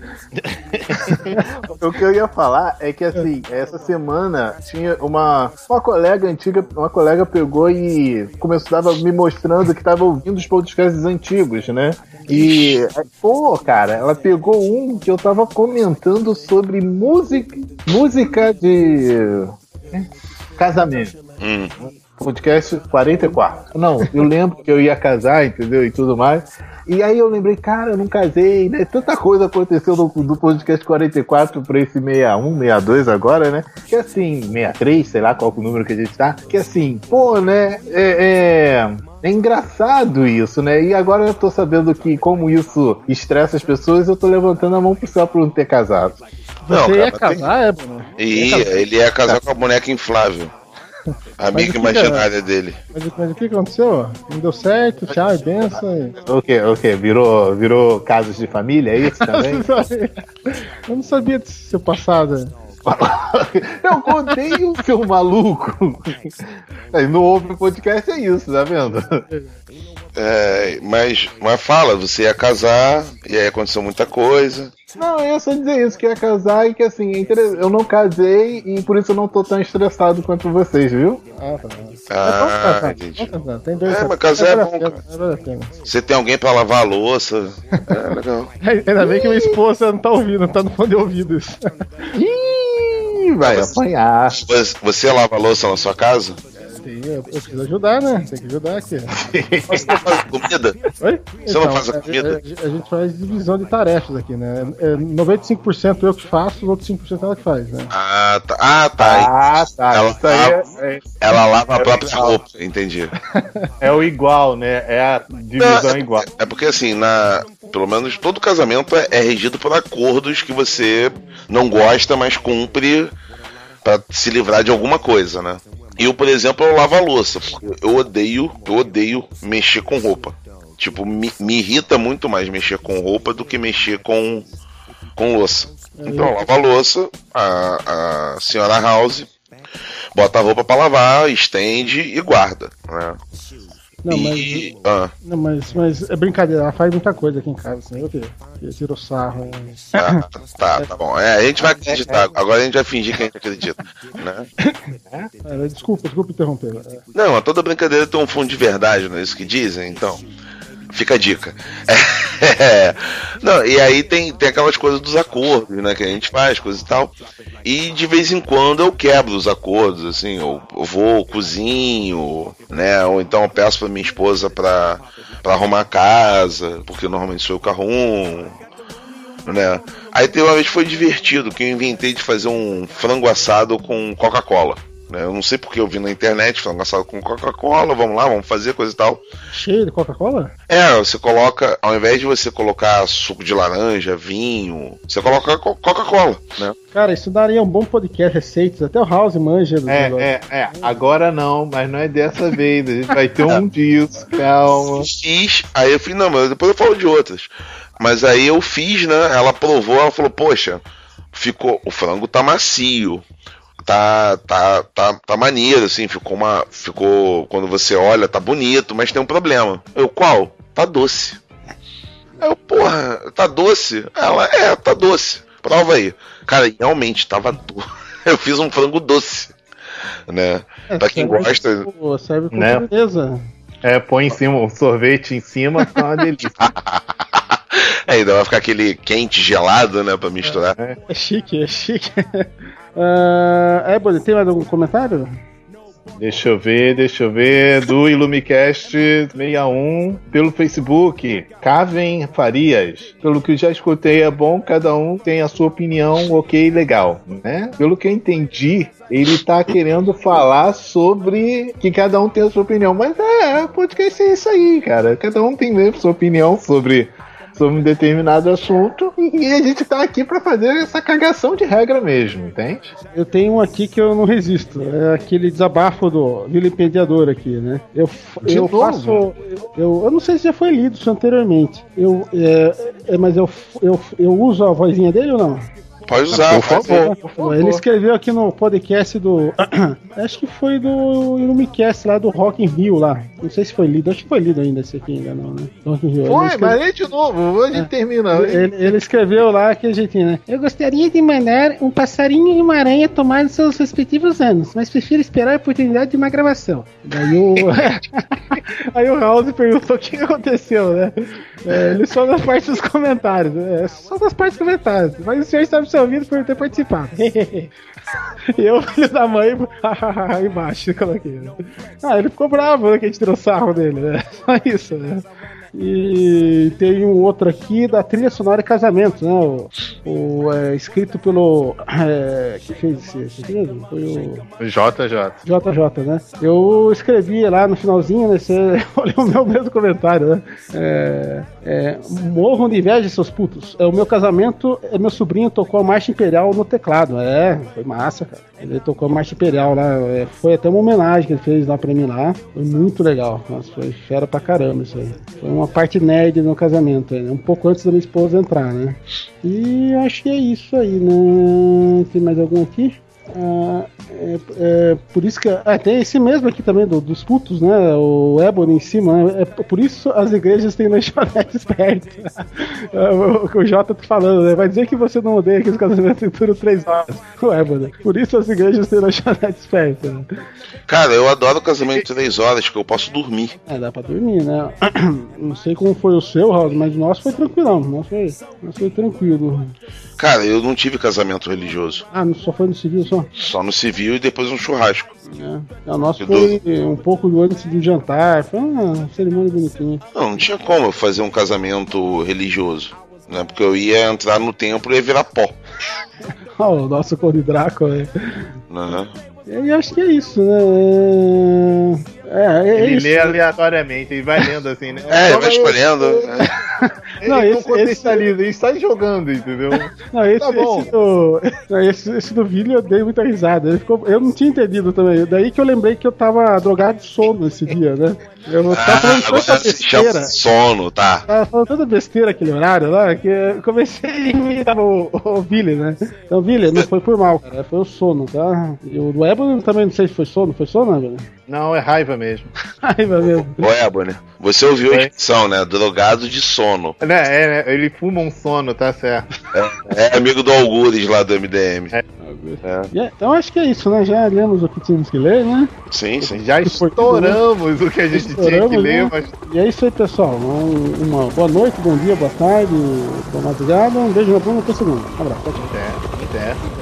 O que eu ia falar é que assim, essa semana tinha uma, uma colega antiga, uma colega pegou e começou a me mostrando que tava ouvindo os podcasts antigos, né? E, pô, cara, ela pegou um que eu tava comentando sobre música, música de casamento. Hum. Podcast quarenta e quatro. Não, eu lembro que eu ia casar, entendeu? E tudo mais. E aí eu lembrei, cara, eu não casei, né? Tanta coisa aconteceu do, do podcast quarenta e quatro pra esse sessenta e um, sessenta e dois agora, né? Que assim, sessenta e três, sei lá qual é o número que a gente tá. Que assim, pô, né? É, é, é engraçado isso, né? E agora eu tô sabendo que como isso estressa as pessoas, eu tô levantando a mão pro céu por não ter casado. Não, Você cara, ia casar, tem... é, Bruno? Ia, ele ia casar com a boneca inflável. Amiga imaginária que, dele. Mas, mas o que aconteceu? Não deu certo, tchau, benção. O que, o que? Virou, virou casos de família, é isso também? Eu não sabia do seu passado. Eu contei o seu maluco. Não ouve o podcast, é isso, tá vendo? É, mas, mas fala, você ia casar, e aí aconteceu muita coisa. Não, eu só dizer isso, que ia casar e que assim, eu não casei e por isso eu não tô tão estressado quanto vocês, viu? Ah, tá. Ah, entendi. É, mas casar é bom, cara. Você tem alguém pra lavar a louça. É legal. Ainda bem que minha esposa não tá ouvindo, tá no fone de ouvido isso. Ih, vai você, apanhar. Você lava a louça na sua casa? Tem, eu, eu preciso ajudar, né? Tem que ajudar aqui. Você não faz comida? Oi? Você não faz a comida? A, a, a gente faz divisão de tarefas aqui, né? É noventa e cinco por cento eu que faço, os outros cinco por cento ela que faz, né? Ah, tá. Ah, tá. Ah, tá. Ela, Isso aí lava, é, é, ela lava a é própria igual. roupa, entendi. É o igual, né? É a divisão Não, é, igual. É porque assim, na, pelo menos todo casamento é, é regido por acordos que você não gosta, mas cumpre pra se livrar de alguma coisa, né? Eu, por exemplo, eu lavo a louça, porque eu odeio, eu odeio mexer com roupa. Tipo, me, me irrita muito mais mexer com roupa do que mexer com, com louça. Então eu lavo a louça, a, a senhora House bota a roupa pra lavar, estende e guarda, né? Não, e... mas, ah. não mas, mas é brincadeira, ela faz muita coisa aqui em casa, assim, eu que tiro sarro. Ah, tá, tá bom. É, a gente vai acreditar, agora a gente vai fingir que a gente acredita, né? É, desculpa, desculpa interromper. Não, toda brincadeira tem um fundo de verdade, não é isso que dizem? Então, fica a dica. É, não, e aí tem, tem aquelas coisas dos acordos, né, que a gente faz, coisas e tal. E de vez em quando eu quebro os acordos, assim, eu, eu vou, cozinho, né, ou então eu peço pra minha esposa pra, pra arrumar a casa, porque normalmente sou eu que arrumo, né. Aí tem uma vez que foi divertido, que eu inventei de fazer um frango assado com Coca-Cola. Eu não sei porque eu vi na internet, frango assado com Coca-Cola, vamos lá, vamos fazer coisa e tal. Cheio de Coca-Cola? É, você coloca, ao invés de você colocar suco de laranja, vinho, você coloca co- Coca-Cola, né? Cara, isso daria um bom podcast, receitas, até o House manja. Do É, é, é, agora não, mas não é dessa vez, a gente vai ter um disso, calma. Fiz, aí eu falei, não, mas depois eu falo de outras. Mas aí eu fiz, né, ela provou, ela falou, poxa, ficou, o frango tá macio. Tá, tá, tá, tá maneiro, assim, ficou uma. Ficou. Quando você olha, tá bonito, mas tem um problema. Eu, qual? Tá doce. Aí eu, porra, tá doce? Ela, é, tá doce. Prova aí. Cara, realmente tava doce. Eu fiz um frango doce. Né? É, pra quem serve gosta. Com, serve com Né? beleza. É, põe em cima, um sorvete em cima, tá uma delícia. É, ainda vai ficar aquele quente gelado, né, pra misturar. É, é chique, é chique. uh, é, Bonnie, tem mais algum comentário? Deixa eu ver, deixa eu ver. Do Ilumicast sessenta e um, pelo Facebook, Caven Farias. Pelo que eu já escutei, é bom, cada um tem a sua opinião, ok, legal, né? Pelo que eu entendi, ele tá querendo falar sobre que cada um tem a sua opinião. Mas é, podcast é isso aí, cara. Cada um tem mesmo sua opinião sobre... sobre um determinado assunto e a gente tá aqui pra fazer essa cagação de regra mesmo, entende? Eu tenho um aqui que eu não resisto, é aquele desabafo do vilipendiador aqui, né? Eu, De eu novo? faço. Eu, eu não sei se já foi lido isso anteriormente. Eu, é, é, mas eu, eu, eu uso a vozinha dele ou não? Pode usar, por favor, por favor. Ele escreveu aqui no podcast do. Acho que foi do Ilumicast lá do Rock in Rio lá. Não sei se foi lido, acho que foi lido ainda esse aqui ainda não, né? Rock in Rio. Foi, Ele mas lê de novo, hoje É. termina. Ele, ele escreveu lá aquele jeitinho, né? Eu gostaria de mandar um passarinho e uma aranha tomar os seus respectivos anos, mas prefiro esperar a oportunidade de uma gravação. Daí o. Aí o House perguntou o que aconteceu, né? É, ele só das partes dos comentários. É, só das partes dos comentários. Mas o senhor está me ouvindo por ter participado. E eu, filho da mãe, embaixo, coloquei. Né? Ah, ele ficou bravo, né? Que a gente tirou sarro dele, né? Só isso, né? E tem um outro aqui da trilha sonora Casamento, né? O, o é, escrito pelo. É, que fez esse, esse aqui mesmo? Foi o. J J. J J, né? Eu escrevi lá no finalzinho, né? Você olhou o meu mesmo comentário, né? É, é, morram de inveja, seus putos. É, o meu casamento, é, meu sobrinho tocou a Marcha Imperial no teclado. É, foi massa, cara. Ele tocou a Marcha Imperial lá. É, foi até uma homenagem que ele fez lá pra mim lá. Foi muito legal. Nossa, foi fera pra caramba isso aí. Foi uma parte nerd no casamento, né? Um pouco antes da minha esposa entrar, né? E acho que é isso aí, né? Tem mais algum aqui? Ah, é, é, por isso que. Ah, tem esse mesmo aqui também do, dos putos, né? O Ebony em cima, né? É por isso as igrejas têm lanchonetes perto. O que o Jota tá falando, né? Vai dizer que você não odeia que os casamentos duram três horas. O Ebony. Por isso as igrejas têm lanchonetes perto. Né? Cara, eu adoro casamento de três horas, que eu posso dormir. É, dá pra dormir, né? Não sei como foi o seu, Raul, mas o nosso foi tranquilão. O nosso foi, o nosso foi tranquilo. Cara, eu não tive casamento religioso. Ah, só foi no civil só? Só no civil. civil e depois um churrasco. É. O nosso foi um pouco antes do jantar, foi uma cerimônia bonitinha. Não, não tinha como eu fazer um casamento religioso, né? Porque eu ia entrar no templo e ia virar pó. Oh, o nosso Conde Drácula. Uhum. E acho que é isso, né? É, é ele isso. lê aleatoriamente, ele vai lendo assim, né? É, ele vai escolhendo. Ele não, não esse, contextualiza, esse... ele sai jogando, entendeu? Não, esse, tá bom. Esse do, não, esse, esse do Vili eu dei muita risada. Ele ficou, eu não tinha entendido também. Daí que eu lembrei que eu tava drogado de sono esse dia, né? Eu ah, tava falando tanta besteira. Sono, tá? Tava falando tanta besteira aquele horário lá que eu comecei a imitar o, o Vili, né? Então, Vili, não foi por mal, cara. Foi o sono, tá? E o do Ebony também não sei se foi sono. Foi sono, Ebony? Não, é raiva mesmo. Raiva mesmo. Ô, Ebony, você ouviu a expressão, né? Drogado de sono. Né, é, é, ele fuma um sono, tá certo. É, é amigo do Algures lá do M D M. É. É. Yeah, então acho que é isso, né? Já lemos o que tínhamos que ler, né? Sim, sim. Já estouramos o que a gente tinha que ler, né? mas... E é isso aí, pessoal. Um, uma boa noite, bom dia, boa tarde, boa madrugada. Um beijo na bunda, até segunda. Um abraço. Tchau, tchau. Até, até.